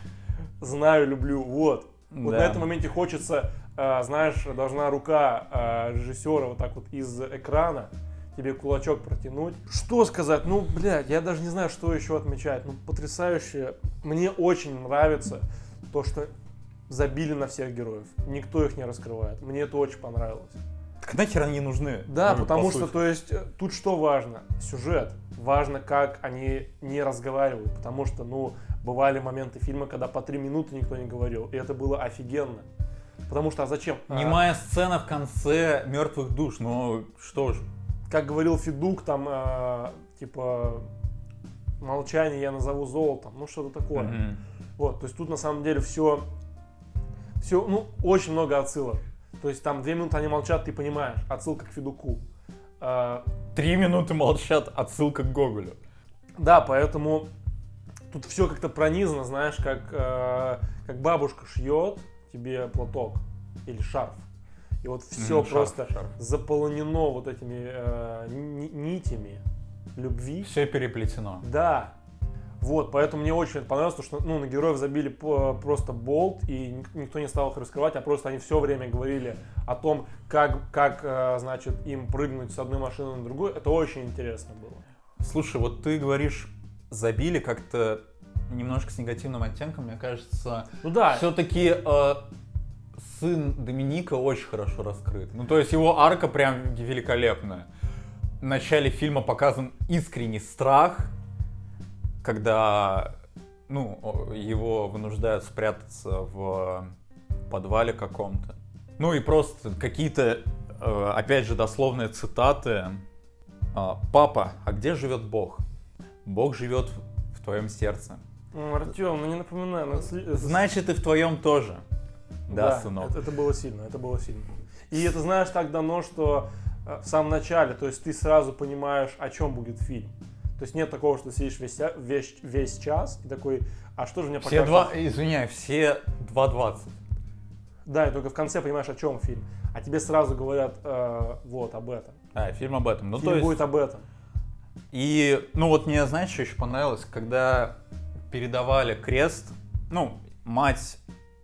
S1: Знаю, люблю, вот. Вот
S2: да.
S1: на этом моменте хочется, э, знаешь, должна рука э, режиссера вот так вот из экрана тебе кулачок протянуть. Что сказать? Ну, блядь, я даже не знаю, что еще отмечать. Ну, потрясающе. Мне очень нравится то, что забили на всех героев. Никто их не раскрывает. Мне это очень понравилось.
S2: Так нахер они не нужны?
S1: Да,
S2: ну,
S1: потому
S2: по
S1: что,
S2: сути.
S1: то есть, тут что важно? Сюжет. Важно, как они не разговаривают. Потому что, ну, бывали моменты фильма, когда по три минуты никто не говорил. И это было офигенно. Потому что, а зачем?
S2: Немая сцена в конце «Мертвых душ», ну что ж.
S1: Как говорил Федук, там, э, типа, молчание я назову золотом. Ну, что-то такое.
S2: Mm-hmm.
S1: Вот, то есть тут на самом деле все Все, ну, очень много отсылок. То есть там две минуты они молчат, ты понимаешь, отсылка к Федуку. А,
S2: Три минуты молчат, отсылка к Гоголю.
S1: да, поэтому тут все как-то пронизано, знаешь, как, э, как бабушка шьет тебе платок или шарф. И вот все
S2: М, шарф,
S1: просто
S2: шарф.
S1: заполонено вот этими э, ни- нитями любви.
S2: Все переплетено.
S1: Да. Вот, поэтому мне очень это понравилось, потому что ну, на героев забили по- просто болт, и ник- никто не стал их раскрывать, а просто они все время говорили о том, как, как э, значит, им прыгнуть с одной машины на другую. Это очень интересно было.
S2: Слушай, вот ты говоришь, забили как-то немножко с негативным оттенком, мне кажется.
S1: Ну да,
S2: Все-таки э, сын Доминика очень хорошо раскрыт. Ну, то есть его арка прям великолепная. В начале фильма показан искренний страх, когда ну, о- его вынуждают спрятаться в подвале каком-то. Ну и просто какие-то, э, опять же, дословные цитаты. А, «Папа, а где живет Бог? Бог живет в твоем сердце.
S1: М, Артем, ну не напоминай. ну, сли-
S2: Значит, и в твоем тоже». Да, сынок.
S1: Это, это было сильно, это было сильно. И это, знаешь, так дано, что э, в самом начале, то есть ты сразу понимаешь, о чем будет фильм. То есть нет такого, что ты сидишь весь, ся- весь, весь час и такой, а что же мне
S2: Все
S1: покажут?
S2: два, извиняй, все два двадцать.
S1: Да, и только в конце понимаешь, о чем фильм. А тебе сразу говорят, э, вот, об этом.
S2: А, фильм об этом. Ну,
S1: фильм
S2: то есть,
S1: будет об этом.
S2: и, ну вот мне, знаешь, что еще понравилось, когда передавали крест, ну, мать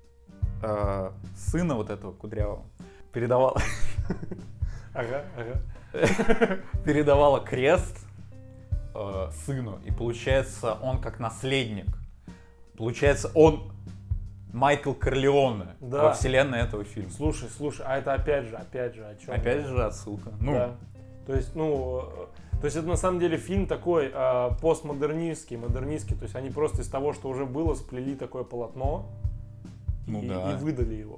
S2: э, сына вот этого кудрявого передавала,
S1: Ага, ага.
S2: передавала крест э, сыну, и получается, он как наследник. Получается, он Майкл Корлеоне
S1: Да.
S2: во вселенной этого фильма.
S1: Слушай, слушай, а это опять же, опять же, о чем?
S2: Опять же отсылка. Ну,
S1: Да. То есть, ну, э, то есть это на самом деле фильм такой э, постмодернистский, модернистский. То есть они просто из того, что уже было, сплели такое полотно
S2: Ну
S1: и,
S2: да.
S1: и выдали его.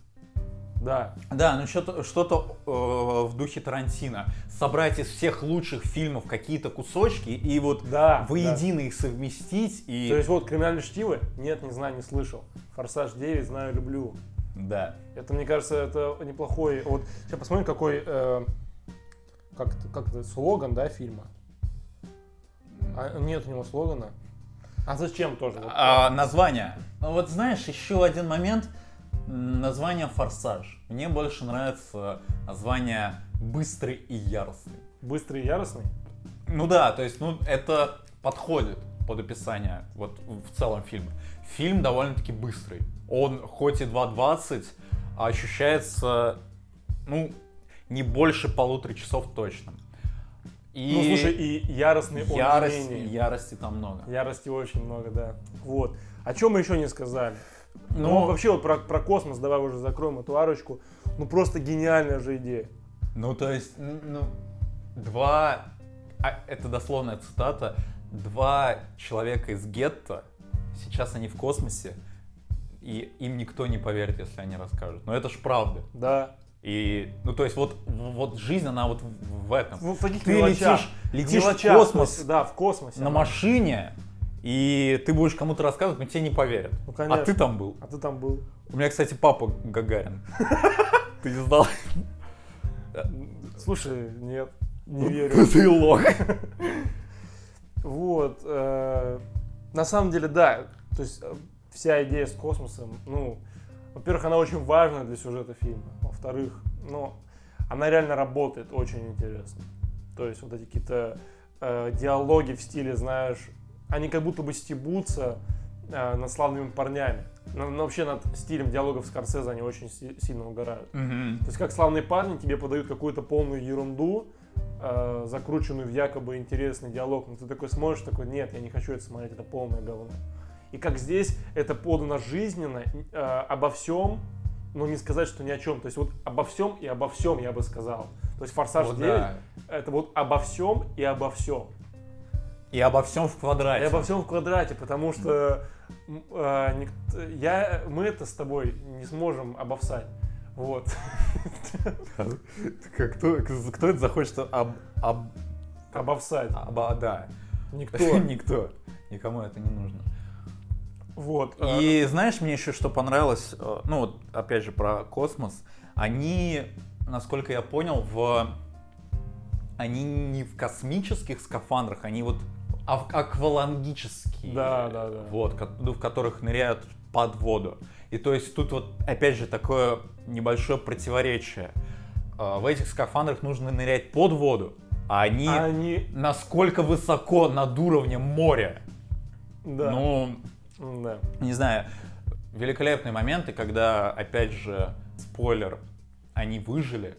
S1: Да.
S2: да, ну что-то, что-то э, в духе Тарантино. Собрать из всех лучших фильмов какие-то кусочки и вот
S1: Да.
S2: воедино их совместить и...
S1: Да. То есть вот «Криминальные чтивы» нет, не знаю, не слышал. «Форсаж девять» знаю, люблю.
S2: Да.
S1: Это, мне кажется, это неплохой. Вот сейчас посмотрим, какой э, как это, как это, слоган, да, фильма. А, нет у него слогана. А зачем тоже? Вот.
S2: А, название. Ну вот знаешь, еще один момент. М, Название «Форсаж». Мне больше нравится название «Быстрый и яростный».
S1: Быстрый и яростный?
S2: Ну да, то есть, ну, это подходит под описание вот в целом фильма. Фильм довольно-таки быстрый. Он хоть и два двадцать, а ощущается, ну, не больше полутора часов точно. И
S1: Ну, слушай, и яростный он не
S2: ярость,
S1: менее.
S2: ярости там много.
S1: Ярости очень много, да. Вот. О чем мы еще не сказали? Ну,
S2: Ну,
S1: вообще вот про, про космос, давай уже закроем эту арочку. Ну, просто гениальная же идея.
S2: ну, то есть, н- ну, два, а, это дословная цитата, два человека из гетто, сейчас они в космосе, и им никто не поверит, если они расскажут. Но это ж правда.
S1: Да.
S2: И, ну, то есть, вот, вот жизнь, она вот в, в этом.
S1: В, в таких
S2: Ты
S1: мелочах.
S2: летишь, летишь
S1: Мелочах,
S2: в космос
S1: то есть, да, в космосе.
S2: на машине, и ты будешь кому-то рассказывать, но тебе не поверят.
S1: Ну,
S2: А
S1: конечно.
S2: ты там был.
S1: А ты там был.
S2: У меня, кстати, папа Гагарин. Ты не знал?
S1: Слушай, нет, не верю.
S2: Ты лох.
S1: Вот. э, На самом деле, да. То есть э, вся идея с космосом, ну, во-первых, она очень важна для сюжета фильма. Во-вторых, ну, она реально работает очень интересно. То есть вот эти какие-то э, диалоги в стиле, знаешь, они как будто бы стебутся э, над славными парнями. Но, но вообще над стилем диалогов Скорсезе они очень си- сильно угорают. То есть как славные парни тебе подают какую-то полную ерунду, э, закрученную в якобы интересный диалог, но ты такой смотришь, такой, нет, я не хочу это смотреть, это полное говно. И как здесь это подано жизненно, э, обо всем, но не сказать, что ни о чем. То есть вот обо всем и обо всем, я бы сказал. То есть «Форсаж
S2: Вот
S1: девять»
S2: да.
S1: это вот обо всем и обо всем.
S2: И обо всем в
S1: И
S2: квадрате.
S1: обо всем в квадрате, потому что м, э, ник- я, мы это с тобой не сможем обовсать. Вот.
S2: Как Кто, кто это захочет об... об...
S1: Обовсать.
S2: оба- да.
S1: Никто.
S2: Никто. Никому это не нужно.
S1: Вот.
S2: И знаешь, мне еще что понравилось, ну вот опять же про космос, они, насколько я понял, в они не в космических скафандрах, они вот ак- аквалангические,
S1: Да, да, да.
S2: Вот, ко- ну, в которых ныряют под воду. И то есть тут вот опять же такое небольшое противоречие. А, В этих скафандрах нужно нырять под воду, а они,
S1: Они,
S2: насколько высоко над уровнем моря.
S1: да,
S2: Ну,
S1: да.
S2: не знаю, великолепные моменты, когда, опять же, спойлер, они выжили,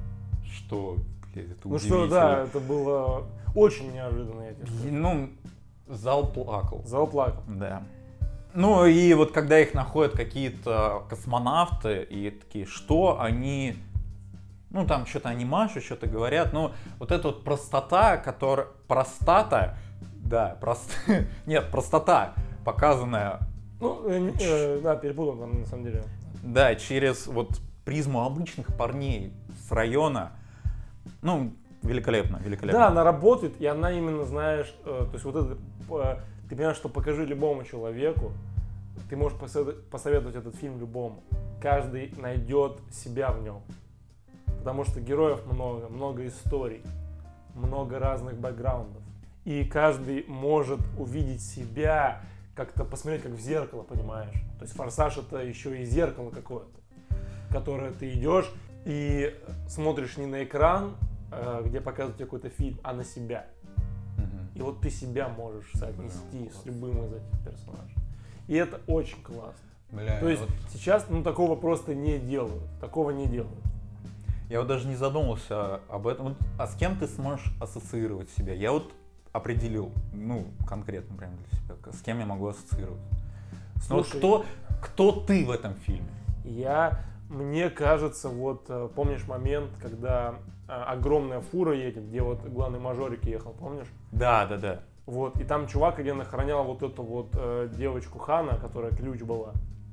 S2: что, блядь, это
S1: Ну
S2: удивительно.
S1: что, да, это было очень неожиданно, я тебе
S2: И,
S1: скажу.
S2: Ну, зал плакал.
S1: Зал плакал.
S2: Да. Ну и вот когда их находят какие-то космонавты и такие, что они, ну там что-то они машут, что-то говорят, ну вот эта вот простота, которая, простата, да, прост... нет, простота, показанная,
S1: Ну, э, э, да, перепутал там, на самом деле.
S2: да, через вот призму обычных парней с района, ну, великолепно, великолепно.
S1: Да, она работает, и она именно, знаешь, э, то есть вот это, э, ты понимаешь, что покажи любому человеку, ты можешь посовет- посоветовать этот фильм любому. Каждый найдет себя в нем. Потому что героев много, много историй, много разных бэкграундов. И каждый может увидеть себя, как-то посмотреть, как в зеркало, понимаешь? То есть «Форсаж» — это еще и зеркало какое-то, в которое ты идешь и смотришь не на экран, э, где показывают тебе какой-то фильм, а на себя.
S2: Мгм.
S1: И вот ты себя можешь соотнести
S2: Блин,
S1: с
S2: класс.
S1: любым из этих персонажей. И это очень классно.
S2: Бля,
S1: То есть
S2: вот
S1: сейчас ну, такого просто не делают. Такого не делают.
S2: я вот даже не задумывался об этом. Вот, а с кем ты сможешь ассоциировать себя? Я вот определил, ну, конкретно прям для себя, с кем я могу ассоциировать. Ну, вот
S1: Слушай,
S2: кто, кто ты в этом фильме?
S1: Я, мне кажется, вот э, помнишь момент, когда э, огромная фура едет, где вот главный мажорик ехал, помнишь?
S2: Да, да, да.
S1: Вот, и там чувак один охранял вот эту вот э, девочку Хана, которая ключ была.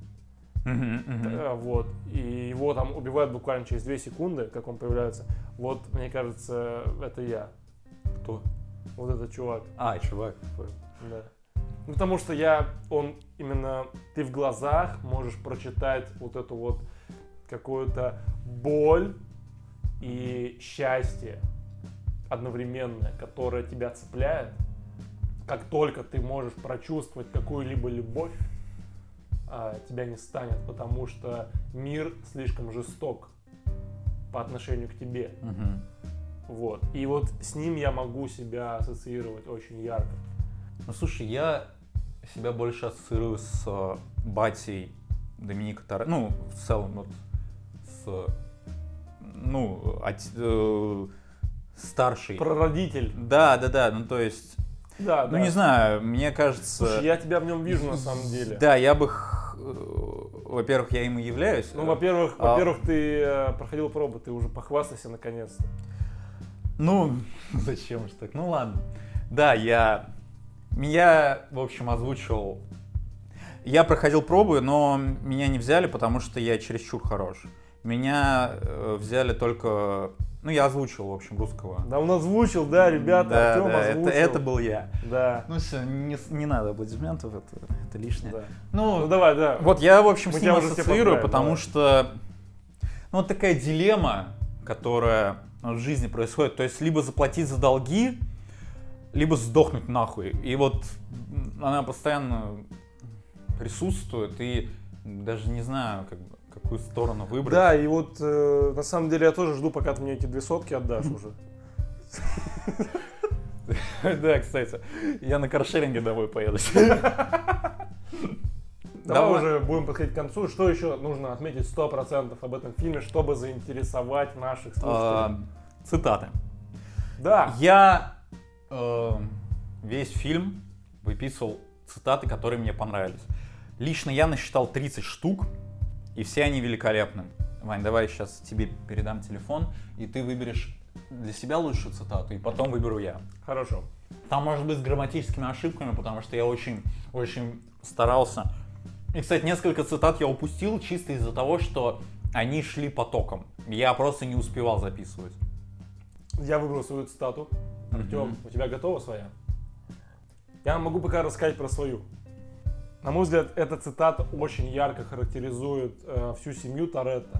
S2: Мгм, мгм.
S1: Э, вот, и его там убивают буквально через две секунды, как он появляется. Вот, мне кажется, это я.
S2: Кто?
S1: Вот этот чувак.
S2: А, чувак.
S1: Да. Ну, потому что я, он именно, ты в глазах можешь прочитать вот эту вот какую-то боль и счастье одновременное, которое тебя цепляет. Как только ты можешь прочувствовать какую-либо любовь, а, тебя не станет, потому что мир слишком жесток по отношению к тебе.
S2: Мгм.
S1: Вот. И вот с ним я могу себя ассоциировать очень ярко.
S2: Ну, слушай, я себя больше ассоциирую с э, батей Доминика Торетто. Ну, в целом, вот, с, ну, от- э, старший.
S1: Прародитель.
S2: Да, да, да, ну, то есть,
S1: Да,
S2: ну,
S1: да.
S2: не знаю, мне кажется...
S1: Слушай, я тебя в нем вижу на самом деле.
S2: Да, я бы, х- э, во-первых, я им и являюсь.
S1: Ну, во-первых,
S2: А-
S1: во-первых, ты э, проходил пробы, ты уже похвастайся наконец-то.
S2: Ну, зачем же так? Ну ладно. Да, я... Меня, в общем, озвучил... Я проходил пробы, но меня не взяли, потому что я чересчур хорош. Меня э, взяли только... Ну, я озвучил, в общем, русского.
S1: Да, он озвучил, да, ребята,
S2: да,
S1: Артем
S2: да,
S1: озвучил.
S2: это, это был я.
S1: Да,
S2: Ну все, не, не надо аплодисментов, это, это лишнее.
S1: да.
S2: Ну,
S1: Ну, давай, да.
S2: вот я, в общем,
S1: Мы
S2: с
S1: тебя
S2: ним
S1: уже все
S2: ассоциирую,
S1: поздравим,
S2: потому
S1: давай.
S2: что... Ну, вот такая дилемма, которая ну, в жизни происходит. То есть, либо заплатить за долги, либо сдохнуть нахуй. И вот она постоянно присутствует, и даже не знаю, как бы, какую сторону выбрать.
S1: Да, и вот э, на самом деле я тоже жду, пока ты мне эти две сотки отдашь уже.
S2: Да, кстати, я на каршеринге домой поеду.
S1: Давай
S2: Давай.
S1: уже будем подходить к концу. Что еще нужно отметить сто процентов об этом фильме, чтобы заинтересовать наших слушателей?
S2: А, Цитаты.
S1: Да,
S2: Я э, весь фильм выписывал цитаты, которые мне понравились. Лично я насчитал тридцать штук, и все они великолепны. Вань, давай сейчас тебе передам телефон, и ты выберешь для себя лучшую цитату, и потом выберу я.
S1: хорошо.
S2: Там может быть с грамматическими ошибками, потому что я очень, очень старался. И, кстати, несколько цитат я упустил чисто из-за того, что они шли потоком. Я просто не успевал записывать.
S1: Я выбрал свою цитату. Артем,
S2: Мгм.
S1: у тебя готова своя? Я могу пока рассказать про свою. На мой взгляд, эта цитата очень ярко характеризует э, всю семью Торетто.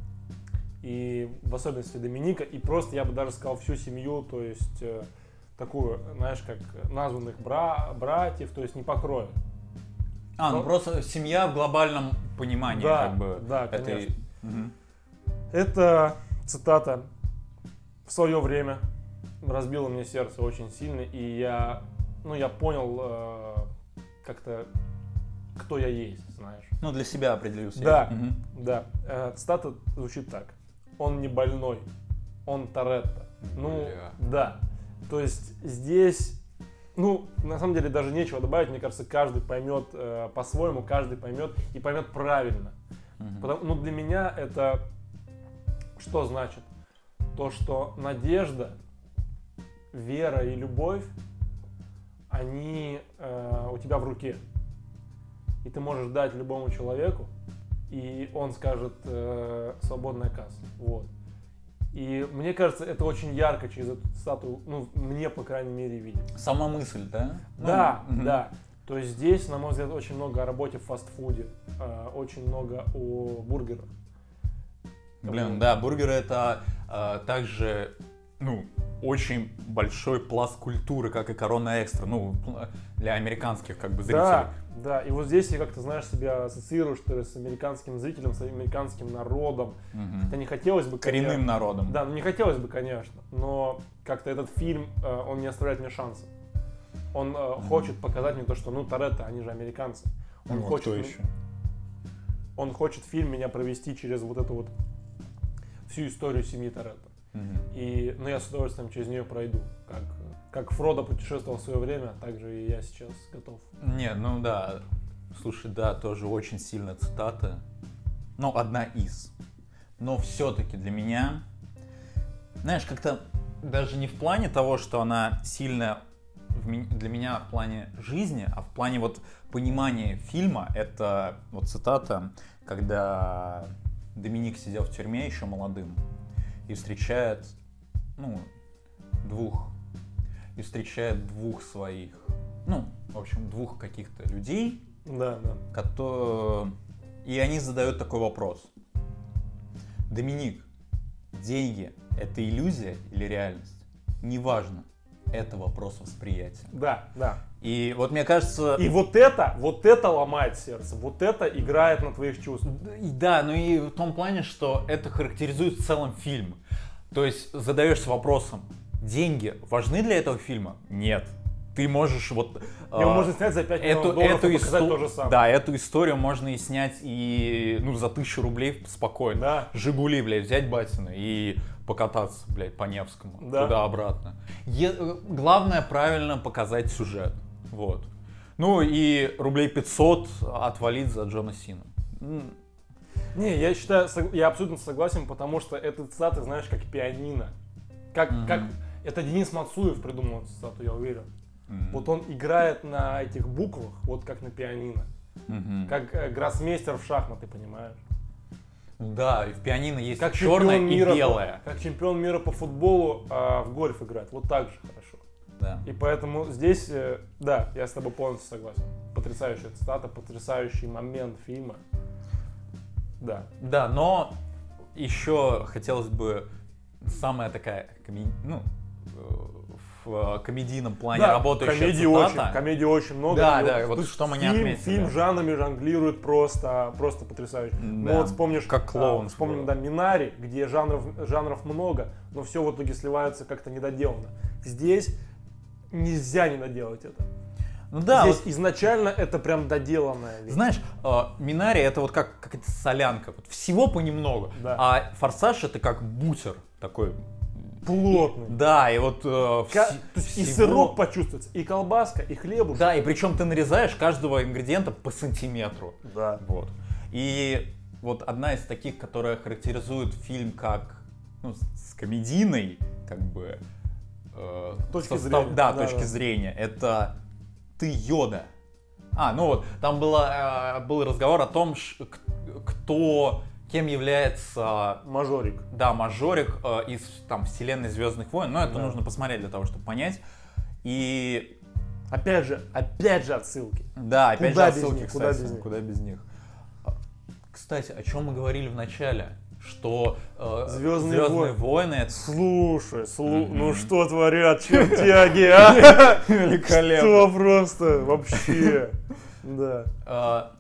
S1: И в особенности Доминика. И просто, я бы даже сказал, всю семью, то есть э, такую, знаешь, как названных бра- братьев, то есть не по крови.
S2: А, ну
S1: Но...
S2: просто семья в глобальном понимании,
S1: да,
S2: как бы.
S1: Да,
S2: этой...
S1: конечно.
S2: Угу.
S1: Эта цитата в свое время разбила мне сердце очень сильно, и я, ну, я понял э, как-то, кто я есть, знаешь.
S2: Ну, для себя определился.
S1: Да,
S2: угу.
S1: да. Э, цитата звучит так. Он не больной, он Торетто. Ну,
S2: Бля.
S1: да. То есть здесь, ну, на самом деле даже нечего добавить. Мне кажется, каждый поймет э, по-своему, каждый поймет и поймет правильно.
S2: Угу.
S1: Потому, ну, для меня это что значит? То, что надежда, вера и любовь, они э, у тебя в руке. И ты можешь дать любому человеку, и он скажет э, свободная касса. Вот. И мне кажется, это очень ярко через эту цитату, ну, мне, по крайней мере, видит.
S2: Сама мысль, да?
S1: Да,
S2: ну,
S1: да. То есть здесь, на мой взгляд, очень много о работе в фастфуде, э, очень много о бургерах.
S2: Блин, да, бургеры это э, также, ну, очень большой пласт культуры, как и Корона Экстра, ну, для американских, как бы, зрителей.
S1: Да, да, и вот здесь я как-то, знаешь, себя ассоциирую, что ли, с американским зрителем, с американским народом.
S2: Угу.
S1: Хотя не хотелось бы,
S2: коренным
S1: конечно,
S2: народом.
S1: Да, ну не хотелось бы, конечно, но как-то этот фильм, э, он не оставляет мне шанса. Он э, угу. хочет показать мне то, что, ну, Торетто, они же американцы. Он
S2: ну,
S1: хочет,
S2: кто еще?
S1: Он хочет фильм меня провести через вот эту вот всю историю семьи Торетто.
S2: Угу.
S1: И, ну, я с удовольствием через нее пройду. Как, как Фродо путешествовал в свое время, так же и я сейчас готов.
S2: Не, ну да, слушай, да, тоже очень сильная цитата. Ну, одна из. Но все-таки для меня, знаешь, как-то даже не в плане того, что она сильная для меня в плане жизни, а в плане вот понимания фильма, это вот цитата, когда Доминик сидел в тюрьме еще молодым и встречает, ну, двух, и встречает двух своих, ну, в общем, двух каких-то людей,
S1: да, да.
S2: которые, и они задают такой вопрос. Доминик, деньги – это иллюзия или реальность? Неважно. Это вопрос восприятия.
S1: Да, да.
S2: И вот мне кажется...
S1: И вот это, вот это ломает сердце, вот это играет на твоих чувствах.
S2: Да, ну и в том плане, что это характеризует в целом фильм. То есть задаешься вопросом, деньги важны для этого фильма? Нет. Ты можешь вот...
S1: Его а, можно снять за пять миллионов долларов и показать исто... то же самое.
S2: Да, эту историю можно и снять и, ну, за тысячу рублей спокойно.
S1: Да.
S2: Жигули, блядь, взять батины и покататься, блядь, по Невскому, да. Туда-обратно. Е... Главное правильно показать сюжет. Вот. Ну и рублей пятьсот отвалить за Джона Сину.
S1: Не, я считаю, я абсолютно согласен, потому что эта цитата, знаешь, как пианино. Как, mm-hmm. как... Это Денис Мацуев придумал эту цитату, я уверен. Mm-hmm. Вот он играет на этих буквах, вот как на пианино. Mm-hmm. Как э, гроссмейстер в шахматы, понимаешь?
S2: Да, и в пианино есть
S1: как
S2: черное и белое.
S1: По, как чемпион мира по футболу а в гольф играет. Вот так же хорошо.
S2: Да.
S1: И поэтому здесь, э, да, я с тобой полностью согласен. Потрясающая цитата, потрясающий момент фильма. Да.
S2: Да, но еще хотелось бы самая такая, коми... ну, в комедийном плане да, работающая
S1: комедии
S2: цитата.
S1: Очень, комедии очень много.
S2: Да, да, вот что мы не
S1: фильм,
S2: отметили.
S1: Фильм жанрами жонглирует просто, просто потрясающе. Да. Ну вот вспомнишь,
S2: как клоун.
S1: А, вспомним, да, Минари, где жанров, жанров много, но все в итоге сливается как-то недоделанно. Здесь нельзя не доделать это.
S2: Ну да.
S1: Здесь
S2: вот...
S1: изначально это прям доделанная вещь.
S2: Знаешь, э, Минари это вот как какая-то солянка. Вот всего понемногу.
S1: Да.
S2: А Форсаж это как бутер такой.
S1: Плотный.
S2: И, да, и вот... Э,
S1: Ка- вс- то есть всего... и сырок почувствуется, и колбаска, и хлебушек.
S2: Да, и причем ты нарезаешь каждого ингредиента по сантиметру.
S1: Да.
S2: Вот. И вот одна из таких, которая характеризует фильм как, ну, с комедийной, как бы... Э,
S1: точки
S2: состав...
S1: зрения.
S2: Да,
S1: да,
S2: точки
S1: да.
S2: зрения. Это ты Йода. А, ну вот, там было, э, был разговор о том, ш, кто... Кем является...
S1: Мажорик.
S2: Да, Мажорик э, из там, вселенной Звездных войн. Но это
S1: да.
S2: нужно посмотреть для того, чтобы понять. И
S1: Опять же, опять же отсылки.
S2: Да, опять
S1: Куда
S2: же
S1: без
S2: отсылки,
S1: них, куда
S2: кстати,
S1: без них?
S2: куда без них. А, Кстати, о чем мы говорили в начале? Что э,
S1: Звездные
S2: Звездные
S1: войны.
S2: войны это
S1: Слушай, слу...
S2: Мгм.
S1: ну что творят чертяги, а?
S2: великолепно.
S1: Что просто вообще? Да.
S2: А,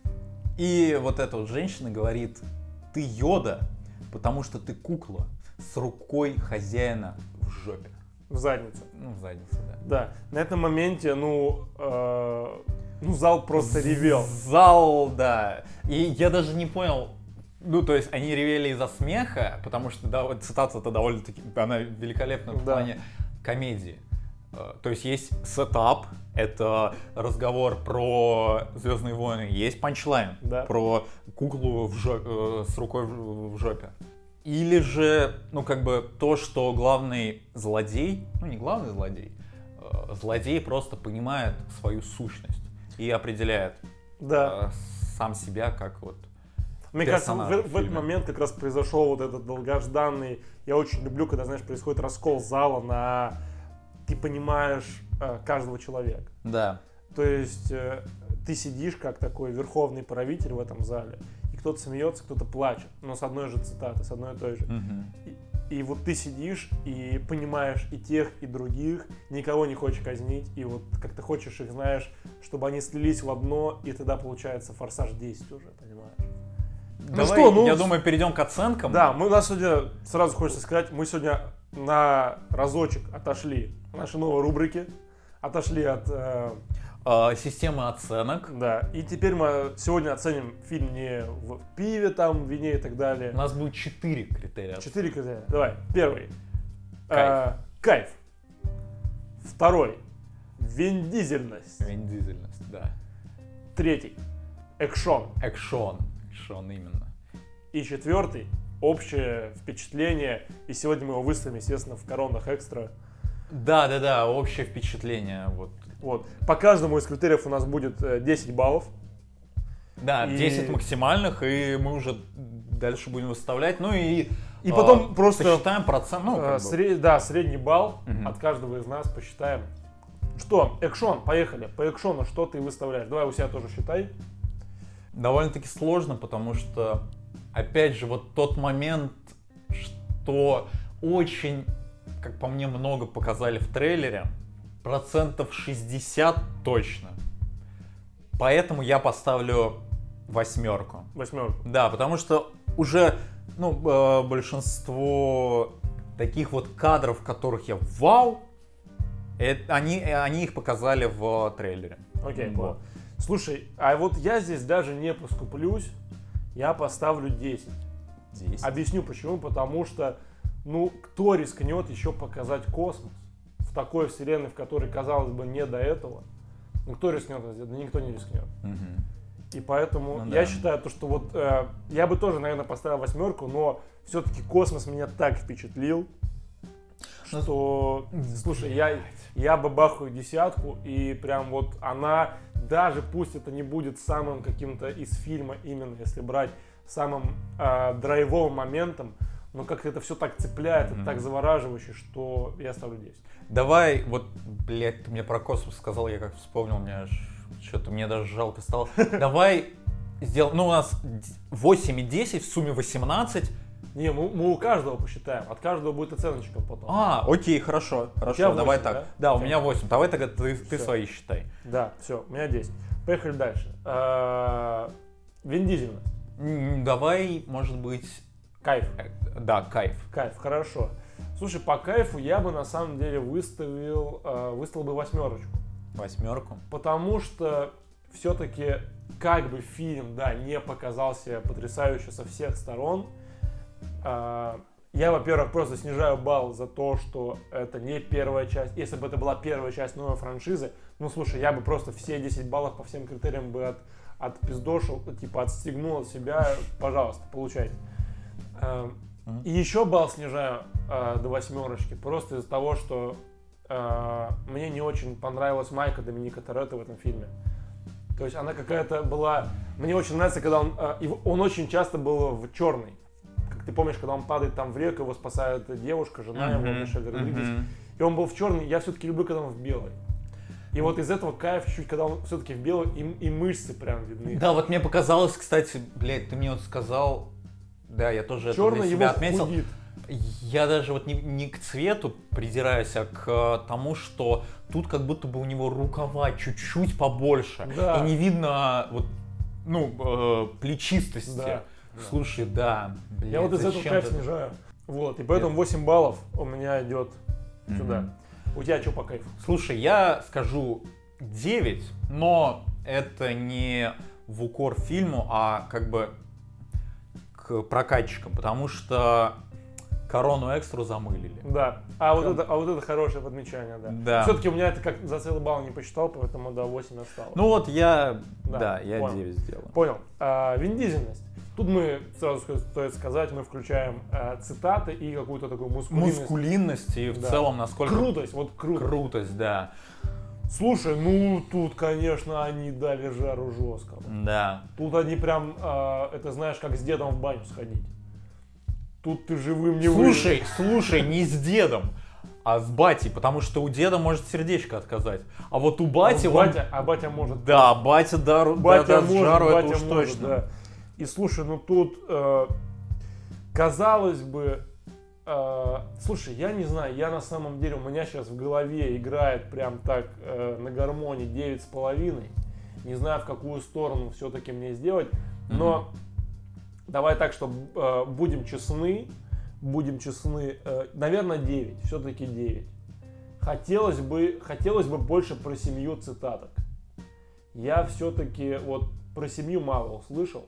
S2: И вот эта вот женщина говорит: ты Йода, потому что ты кукла с рукой хозяина в жопе.
S1: В задницу.
S2: Ну, в заднице, да.
S1: Да. На этом моменте, ну, э, ну зал просто ревел.
S2: Зал, да. И я даже не понял, ну, то есть они ревели из-за смеха, потому что, да, вот цитата-то довольно-таки, она великолепна в
S1: Да.
S2: плане комедии. Э, То есть есть сетап, это разговор про Звездные войны, есть панчлайн
S1: Да.
S2: про куклу в жо- э, с рукой в в жопе. Или же, ну, как бы то, что главный злодей, ну, не главный злодей, э, злодей просто понимает свою сущность и определяет
S1: Да.
S2: э, сам себя как вот
S1: Мне кажется, в,
S2: персонажа в
S1: в этот
S2: фильме.
S1: момент как раз произошел вот этот долгожданный. Я очень люблю, когда, знаешь, происходит раскол зала на ты понимаешь э, каждого человека.
S2: Да.
S1: То есть э, ты сидишь как такой верховный правитель в этом зале, и кто-то смеется, кто-то плачет, но с одной же цитаты, с одной и той же.
S2: Мгм.
S1: И, и вот ты сидишь и понимаешь и тех, и других, никого не хочешь казнить, и вот как ты хочешь их, знаешь, чтобы они слились в одно, и тогда получается «Форсаж десять» уже, понимаешь?
S2: Давай,
S1: что, ну,
S2: я
S1: с-
S2: думаю, перейдем к оценкам.
S1: Да, мы у нас сегодня, сразу хочется сказать, мы сегодня на разочек отошли от нашей новой рубрики, отошли от... э,
S2: Э, Система оценок.
S1: да, и теперь мы сегодня оценим фильм не в пиве, там, вине и так далее.
S2: У нас будет четыре критерия.
S1: Четыре критерия. Давай, первый.
S2: Кайф.
S1: Э, кайф. Второй. Виндизельность.
S2: Виндизельность, да.
S1: Третий. Экшон.
S2: Экшон. Экшон именно.
S1: И четвертый. Общее впечатление. И сегодня мы его выставим, естественно, в коронах экстра.
S2: Да, да, да, общее впечатление. Вот.
S1: Вот. По каждому из критериев у нас будет э, десять баллов.
S2: Да,
S1: И-
S2: десять максимальных, и мы уже дальше будем выставлять. Ну и,
S1: И
S2: а,
S1: потом просто,
S2: посчитаем процент. Ну,
S1: Э,
S2: как бы.
S1: сре- Да, средний балл
S2: Мгм.
S1: от каждого из нас посчитаем. Что, экшон, поехали. По экшону что ты выставляешь? Давай у себя тоже считай.
S2: Довольно-таки сложно, потому что, опять же, вот тот момент, что очень, как по мне, много показали в трейлере, процентов шестьдесят точно. Поэтому я поставлю восьмерку.
S1: Восьмерку.
S2: Да, потому что уже, ну, э, большинство таких вот кадров, в которых я вау, это- они, они их показали в трейлере.
S1: Окей,
S2: Вот.
S1: понял. Слушай, а вот я здесь даже не поскуплюсь. Я поставлю десять.
S2: Здесь.
S1: Объясню почему. Потому что, ну, кто рискнет еще показать космос в такой вселенной, в которой, казалось бы, не до этого? Ну, кто рискнет это сделать? Да никто не рискнет.
S2: Мгм.
S1: И поэтому
S2: Ну
S1: я
S2: да.
S1: считаю, то, что вот э, я бы тоже, наверное, поставил восьмерку, но все-таки космос меня так впечатлил,
S2: Ну,
S1: что, слушай, я, я бы бахаю десятку, и прям вот она, даже пусть это не будет самым каким-то из фильма, именно если брать самым э, драйвовым моментом, но как-то это все так цепляет, это
S2: Мгм.
S1: так завораживающе, что я ставлю десять.
S2: Давай, вот, блядь, ты мне про космос сказал, я как вспомнил, мне что-то мне даже жалко стало. Давай сделаем, ну у нас восемь и десять, в сумме восемнадцать.
S1: Не, мы, мы у каждого посчитаем, от каждого будет оценочка потом.
S2: А, окей, хорошо,
S1: тебя
S2: хорошо, давай
S1: восемь,
S2: так.
S1: да?
S2: Да, у
S1: Окей.
S2: меня восемь, давай тогда ты, ты
S1: Всё.
S2: свои считай.
S1: Да, все, у меня десять. Поехали дальше. Э, Виндизельность.
S2: М, Давай, может быть,
S1: Кайф.
S2: э, да, кайф.
S1: Кайф, хорошо. Слушай, по кайфу я бы на самом деле выставил, э, выставил бы восьмерочку.
S2: Восьмерку.
S1: Потому что все-таки как бы фильм, да, не показался потрясающе со всех сторон, э, я, во-первых, просто снижаю балл за то, что это не первая часть. Если бы это была первая часть новой франшизы, ну, слушай, я бы просто все десять баллов по всем критериям бы от, отпиздошил, типа отстегнул от себя. Пожалуйста, получайте. Э,
S2: Мгм.
S1: И еще балл снижаю э, до восьмерочки, просто из-за того, что э, мне не очень понравилась майка Доминика Торетто в этом фильме. То есть она какая-то была... Мне очень нравится, когда он... э, его- он очень часто был в черный. Как ты помнишь, когда он падает там в реку, его спасает девушка, жена его,
S2: Мгм,
S1: Мишель Родригес.
S2: мгм.
S1: И он был в черный. Я все-таки люблю, когда он в белый. И вот из этого кайф чуть-чуть, когда он все-таки в белом, и, и мышцы прям видны.
S2: Да, вот мне показалось, кстати, блядь, ты мне вот сказал, да, я тоже
S1: Черный
S2: это для себя
S1: его
S2: отметил.
S1: худит.
S2: Я даже вот не, не к цвету придираюсь, а к тому, что тут как будто бы у него рукава чуть-чуть побольше.
S1: Да.
S2: И не видно вот, ну, э, плечистости.
S1: Да.
S2: Слушай, да. Блядь,
S1: Я вот из этого
S2: зачем
S1: кайф
S2: ты-
S1: снижаю. Вот, и поэтому восемь баллов у меня идет сюда. У тебя что по кайфу?
S2: Слушай, я скажу девять, но это не в укор фильму, а как бы к прокатчикам, потому что Корону Экстру замылили.
S1: Да. А вот,
S2: Прям-
S1: это, а вот это хорошее подмечание, да.
S2: Да.
S1: Все-таки у меня это как за целый балл не посчитал, поэтому до восемь осталось.
S2: Ну вот я,
S1: Да,
S2: да, я
S1: понял.
S2: девять сделал.
S1: Понял. А, виндизельность. Тут мы, сразу ска- стоит сказать, мы включаем а, цитаты и какую-то такую мускулинность.
S2: Мускулинность и в
S1: Да.
S2: целом насколько...
S1: Крутость, вот круто.
S2: Крутость, да.
S1: Слушай, ну тут, конечно, они дали жару жестко.
S2: Да.
S1: Тут они прям, а, это знаешь, как с дедом в баню сходить. Тут ты живым не выйдешь.
S2: Слушай, слушай, не с дедом, а с батей, потому что у деда может сердечко отказать. А вот у бати
S1: а
S2: он...
S1: батя, а батя может.
S2: Да, батя дару,
S1: Батя
S2: да, даст
S1: может,
S2: жару,
S1: батя
S2: это уж
S1: может,
S2: точно.
S1: да. И слушай, ну тут, э, казалось бы, э, слушай, я не знаю, я на самом деле, у меня сейчас в голове играет прям так э, на гармонии девять с половиной. Не знаю, в какую сторону все-таки мне сделать, но давай так, что э, будем честны, будем честны, э, наверное, девять, все-таки девять. Хотелось бы, хотелось бы больше про семью цитаток. Я все-таки вот про семью мало услышал,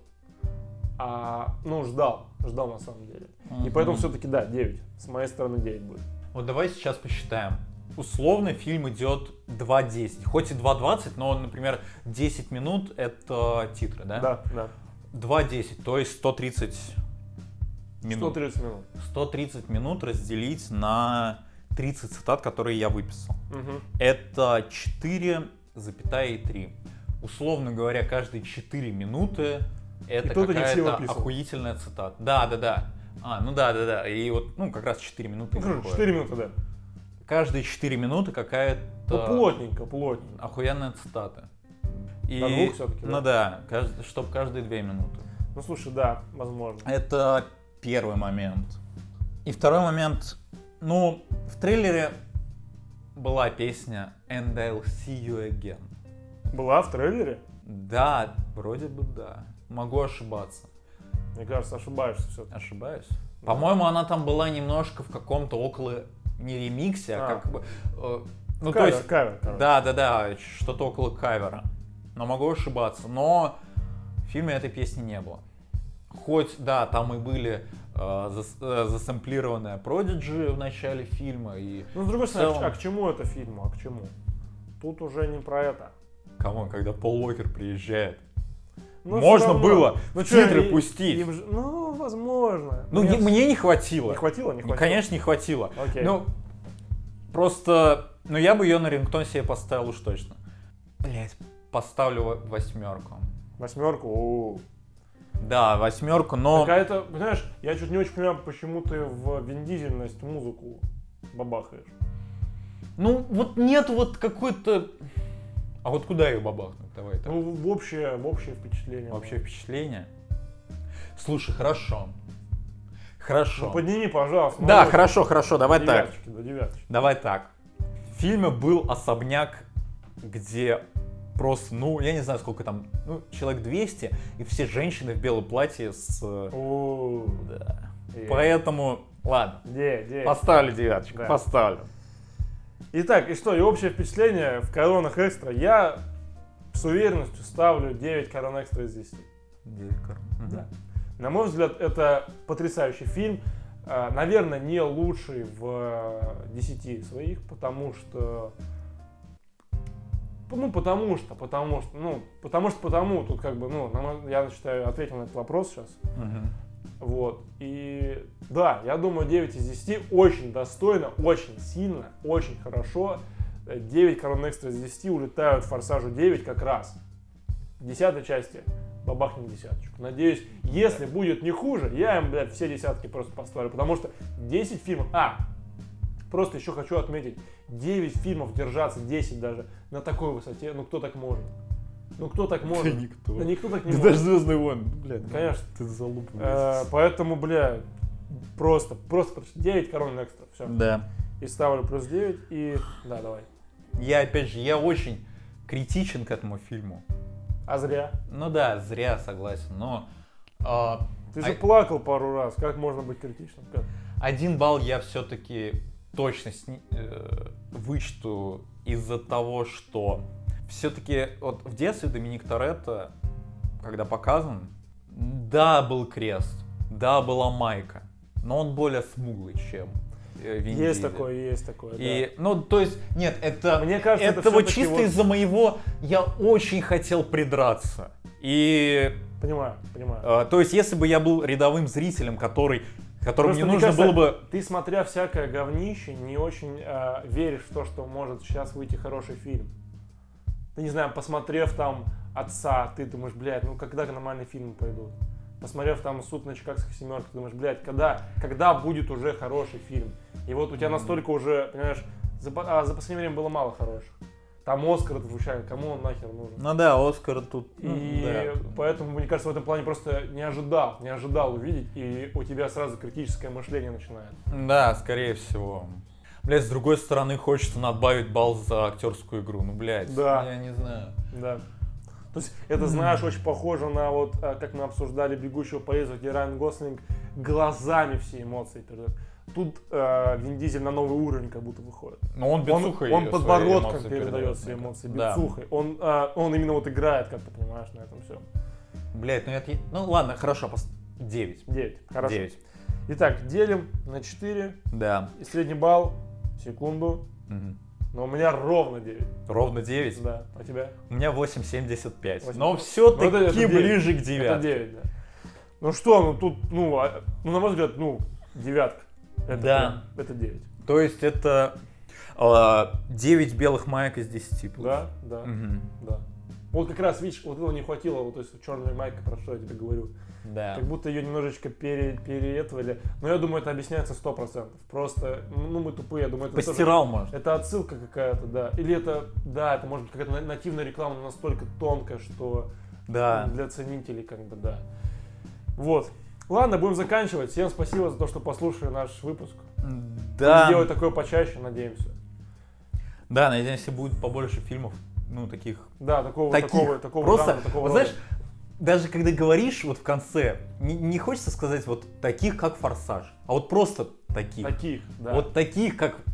S1: а, ну, ждал, ждал на самом деле. И
S2: Мгм.
S1: поэтому все-таки, да, девять. С моей стороны девять будет.
S2: Вот давай сейчас посчитаем. Условно фильм идет два десять, хоть и два двадцать, но, например, десять минут это титры, да?
S1: Да, да.
S2: два десять, то есть сто тридцать минут.
S1: сто тридцать минут.
S2: сто тридцать минут разделить на тридцать цитат, которые я выписал.
S1: Мгм.
S2: Это четыре запятая три. Условно говоря, каждые четыре минуты это
S1: кто-то не все
S2: какая-то
S1: выписал.
S2: охуительная цитата. Да, да, да. А, ну да, да, да. И вот, ну, как раз четыре минуты.
S1: Ну,
S2: и
S1: короче,
S2: выходит.
S1: четыре минуты, да.
S2: Каждые четыре минуты какая-то
S1: Ну, плотненько, плотненько.
S2: охуенная цитата. И,
S1: До двух всё-таки,
S2: ну
S1: да?
S2: да, чтобы каждые две минуты.
S1: Ну, слушай, да, возможно.
S2: Это первый момент. И второй момент, ну, в трейлере была песня And I'll See You Again.
S1: Была в трейлере?
S2: Да, вроде бы да. Могу ошибаться.
S1: Мне кажется, ошибаешься все-таки.
S2: Ошибаюсь? По-моему, она там была немножко в каком-то около, не ремиксе, а,
S1: А.
S2: как бы... э, ну, то
S1: Кавер,
S2: есть,
S1: кавер, короче.
S2: да, да, да, что-то около кавера. Но могу ошибаться. Но в фильме этой песни не было. Хоть, да, там и были э, зас- э, засэмплированные Prodigy в начале фильма. И
S1: Ну, с другой
S2: в
S1: стороны,
S2: целом-
S1: а к чему это фильм, а к чему? Тут уже не про это.
S2: Кому, когда Пол Уокер приезжает.
S1: Но
S2: Можно
S1: всё равно.
S2: было
S1: Ну,
S2: титры
S1: чё, и-
S2: пустить.
S1: им же- ну, возможно.
S2: Ну,
S1: Мне
S2: е- мне не хватило.
S1: Не хватило, не
S2: Ну,
S1: хватило?
S2: конечно, не хватило.
S1: Окей.
S2: Ну, просто, ну, я бы ее на рингтон себе поставил уж точно. Блять, поставлю во- восьмерку.
S1: Восьмерку. у
S2: Да, восьмерку, но...
S1: Какая-то, понимаешь, я чуть не очень понимаю, почему ты в виндизельность музыку бабахаешь.
S2: Ну, вот нет вот какой-то... А вот куда ее бабахнуть? Давай так.
S1: Ну, в общее, в общее впечатление.
S2: Вообще впечатление. Слушай, хорошо. Хорошо.
S1: Ну, подними, пожалуйста.
S2: Да,
S1: ну,
S2: хорошо, хорошо, давай
S1: до
S2: так.
S1: девяточки, до девяточки.
S2: Давай так. В фильме был особняк, где просто, ну, я не знаю, сколько там, ну, человек двести, и все женщины в белом платье с...
S1: О,
S2: Да.
S1: э,
S2: Поэтому, ладно,
S1: Где, где?
S2: поставлю девяточку,
S1: Да.
S2: поставлю.
S1: Итак, и что, и общее впечатление в коронах экстра. Я с уверенностью ставлю девять корон экстра из десяти. Да. На мой взгляд, это потрясающий фильм. А, Наверное, не лучший в десяти своих, потому что... Ну, потому что, потому что, ну, потому что, потому, тут как бы, ну, на мой- я считаю, ответил на этот вопрос сейчас.
S2: Мгм.
S1: Вот. И да, я думаю, девять из десяти очень достойно, очень сильно, очень хорошо. девять корон экстра из десяти улетают в Форсажу девять как раз. В десятой части бабахнем десяточку. Надеюсь, если будет не хуже, я им, блядь, все десятки просто поставлю. Потому что десять фильмов... А, просто еще хочу отметить. девять фильмов держаться, десять даже, на такой высоте, ну кто так может? Ну кто так может?
S2: Да никто.
S1: Да никто так не
S2: Да
S1: может.
S2: даже Звездный войны, блядь.
S1: Конечно.
S2: Ты залупа.
S1: Э, поэтому, бля, просто, просто девять корон экстра, все.
S2: Да.
S1: И ставлю плюс девять, и да, давай.
S2: Я, опять же, я очень критичен к этому фильму.
S1: А зря?
S2: Ну да, зря, согласен, но... а,
S1: Ты же
S2: а-
S1: плакал пару раз, как можно быть критичным? Как?
S2: Один балл я все-таки точно сни- э, вычту из-за того, что все-таки вот в детстве Доминик Торетто, когда показан, да, был крест, да, была майка, но он более смуглый, чем э, Вин
S1: Есть
S2: Дизель.
S1: такое, есть такое,
S2: И, ну, то есть, нет, это,
S1: Мне кажется, это
S2: это вот
S1: всё-таки
S2: чисто
S1: вот-
S2: из-за моего, я очень хотел придраться. И,
S1: да. Понимаю, понимаю.
S2: э, то есть, если бы я был рядовым зрителем, который, которому
S1: Просто,
S2: не
S1: мне
S2: нужно
S1: кажется,
S2: было бы...
S1: Ты, смотря всякое говнище, не очень э, веришь в то, что может сейчас выйти хороший фильм. Ты, не знаю, посмотрев там «Отца», ты думаешь, блядь, ну когда нормальные фильмы пойдут? Посмотрев там «Суд на Чикагской семерке», ты думаешь, блядь, когда, когда будет уже хороший фильм? И вот у тебя настолько уже, понимаешь, за, по- а за последнее время было мало хороших. Там Оскар отвечает, кому он нахер нужен?
S2: Ну да, Оскар тут... ну,
S1: И
S2: да.
S1: поэтому, мне кажется, в этом плане просто не ожидал, не ожидал увидеть, и у тебя сразу критическое мышление начинает.
S2: Да, скорее всего. Блять, с другой стороны, хочется надбавить балл за актерскую игру. Ну, блядь,
S1: Да.
S2: я не знаю.
S1: Да. То есть это, знаешь, очень похоже на вот, а, как мы обсуждали «Бегущего по лезвию», где Райан Гослинг глазами все эмоции передает. Тут э, Вин Дизель на новый уровень как будто выходит.
S2: Но он
S1: Он,
S2: бицухой
S1: он
S2: свои
S1: подбородком
S2: эмоции
S1: передает все
S2: мне
S1: эмоции,
S2: кажется. Да.
S1: бицухой. Он, э, он именно вот играет, как ты понимаешь, на этом все.
S2: Блять, ну это... Ну ладно, хорошо, пос... девять.
S1: девять. Хорошо.
S2: девять.
S1: Итак, делим на четыре.
S2: Да.
S1: И средний балл, секунду,
S2: Мгм.
S1: но у меня ровно девять.
S2: Ровно девять.
S1: Да, а у тебя?
S2: У меня восемь семьдесят пять.
S1: восемь.
S2: Но
S1: Ну,
S2: все-таки
S1: это- это девять.
S2: ближе к
S1: Это
S2: девятке.
S1: девять, да. Ну что, ну тут, ну, а- ну на мой взгляд, ну, девятка. Это
S2: Да.
S1: прям- это девять.
S2: То есть это а, девять белых маек из десяти.
S1: Да, да,
S2: Мгм.
S1: да. Вот как раз, видишь, вот этого не хватило, вот, то есть черная майка, про что я тебе говорю.
S2: Да.
S1: Как будто ее немножечко пере, переэтовали. Но я думаю, это объясняется сто процентов. Просто, ну, мы тупые, я думаю, это тоже-
S2: Постирал, может.
S1: Это отсылка какая-то, да. Или это, да, это может быть какая-то на- нативная реклама, но настолько тонкая, что
S2: Да.
S1: для ценителей, как бы, да. Вот. Ладно, будем заканчивать. Всем спасибо за то, что послушали наш выпуск. Будем
S2: Да.
S1: делать такое почаще, надеемся.
S2: Да, надеемся, будет побольше фильмов, ну, таких.
S1: Да, такого,
S2: Таких.
S1: такого, такого
S2: Просто,
S1: жанра, такого
S2: вот
S1: рода.
S2: знаешь, даже когда говоришь вот в конце, не, не хочется сказать вот таких, как «Форсаж», а вот просто таких.
S1: Таких, да.
S2: Вот таких, как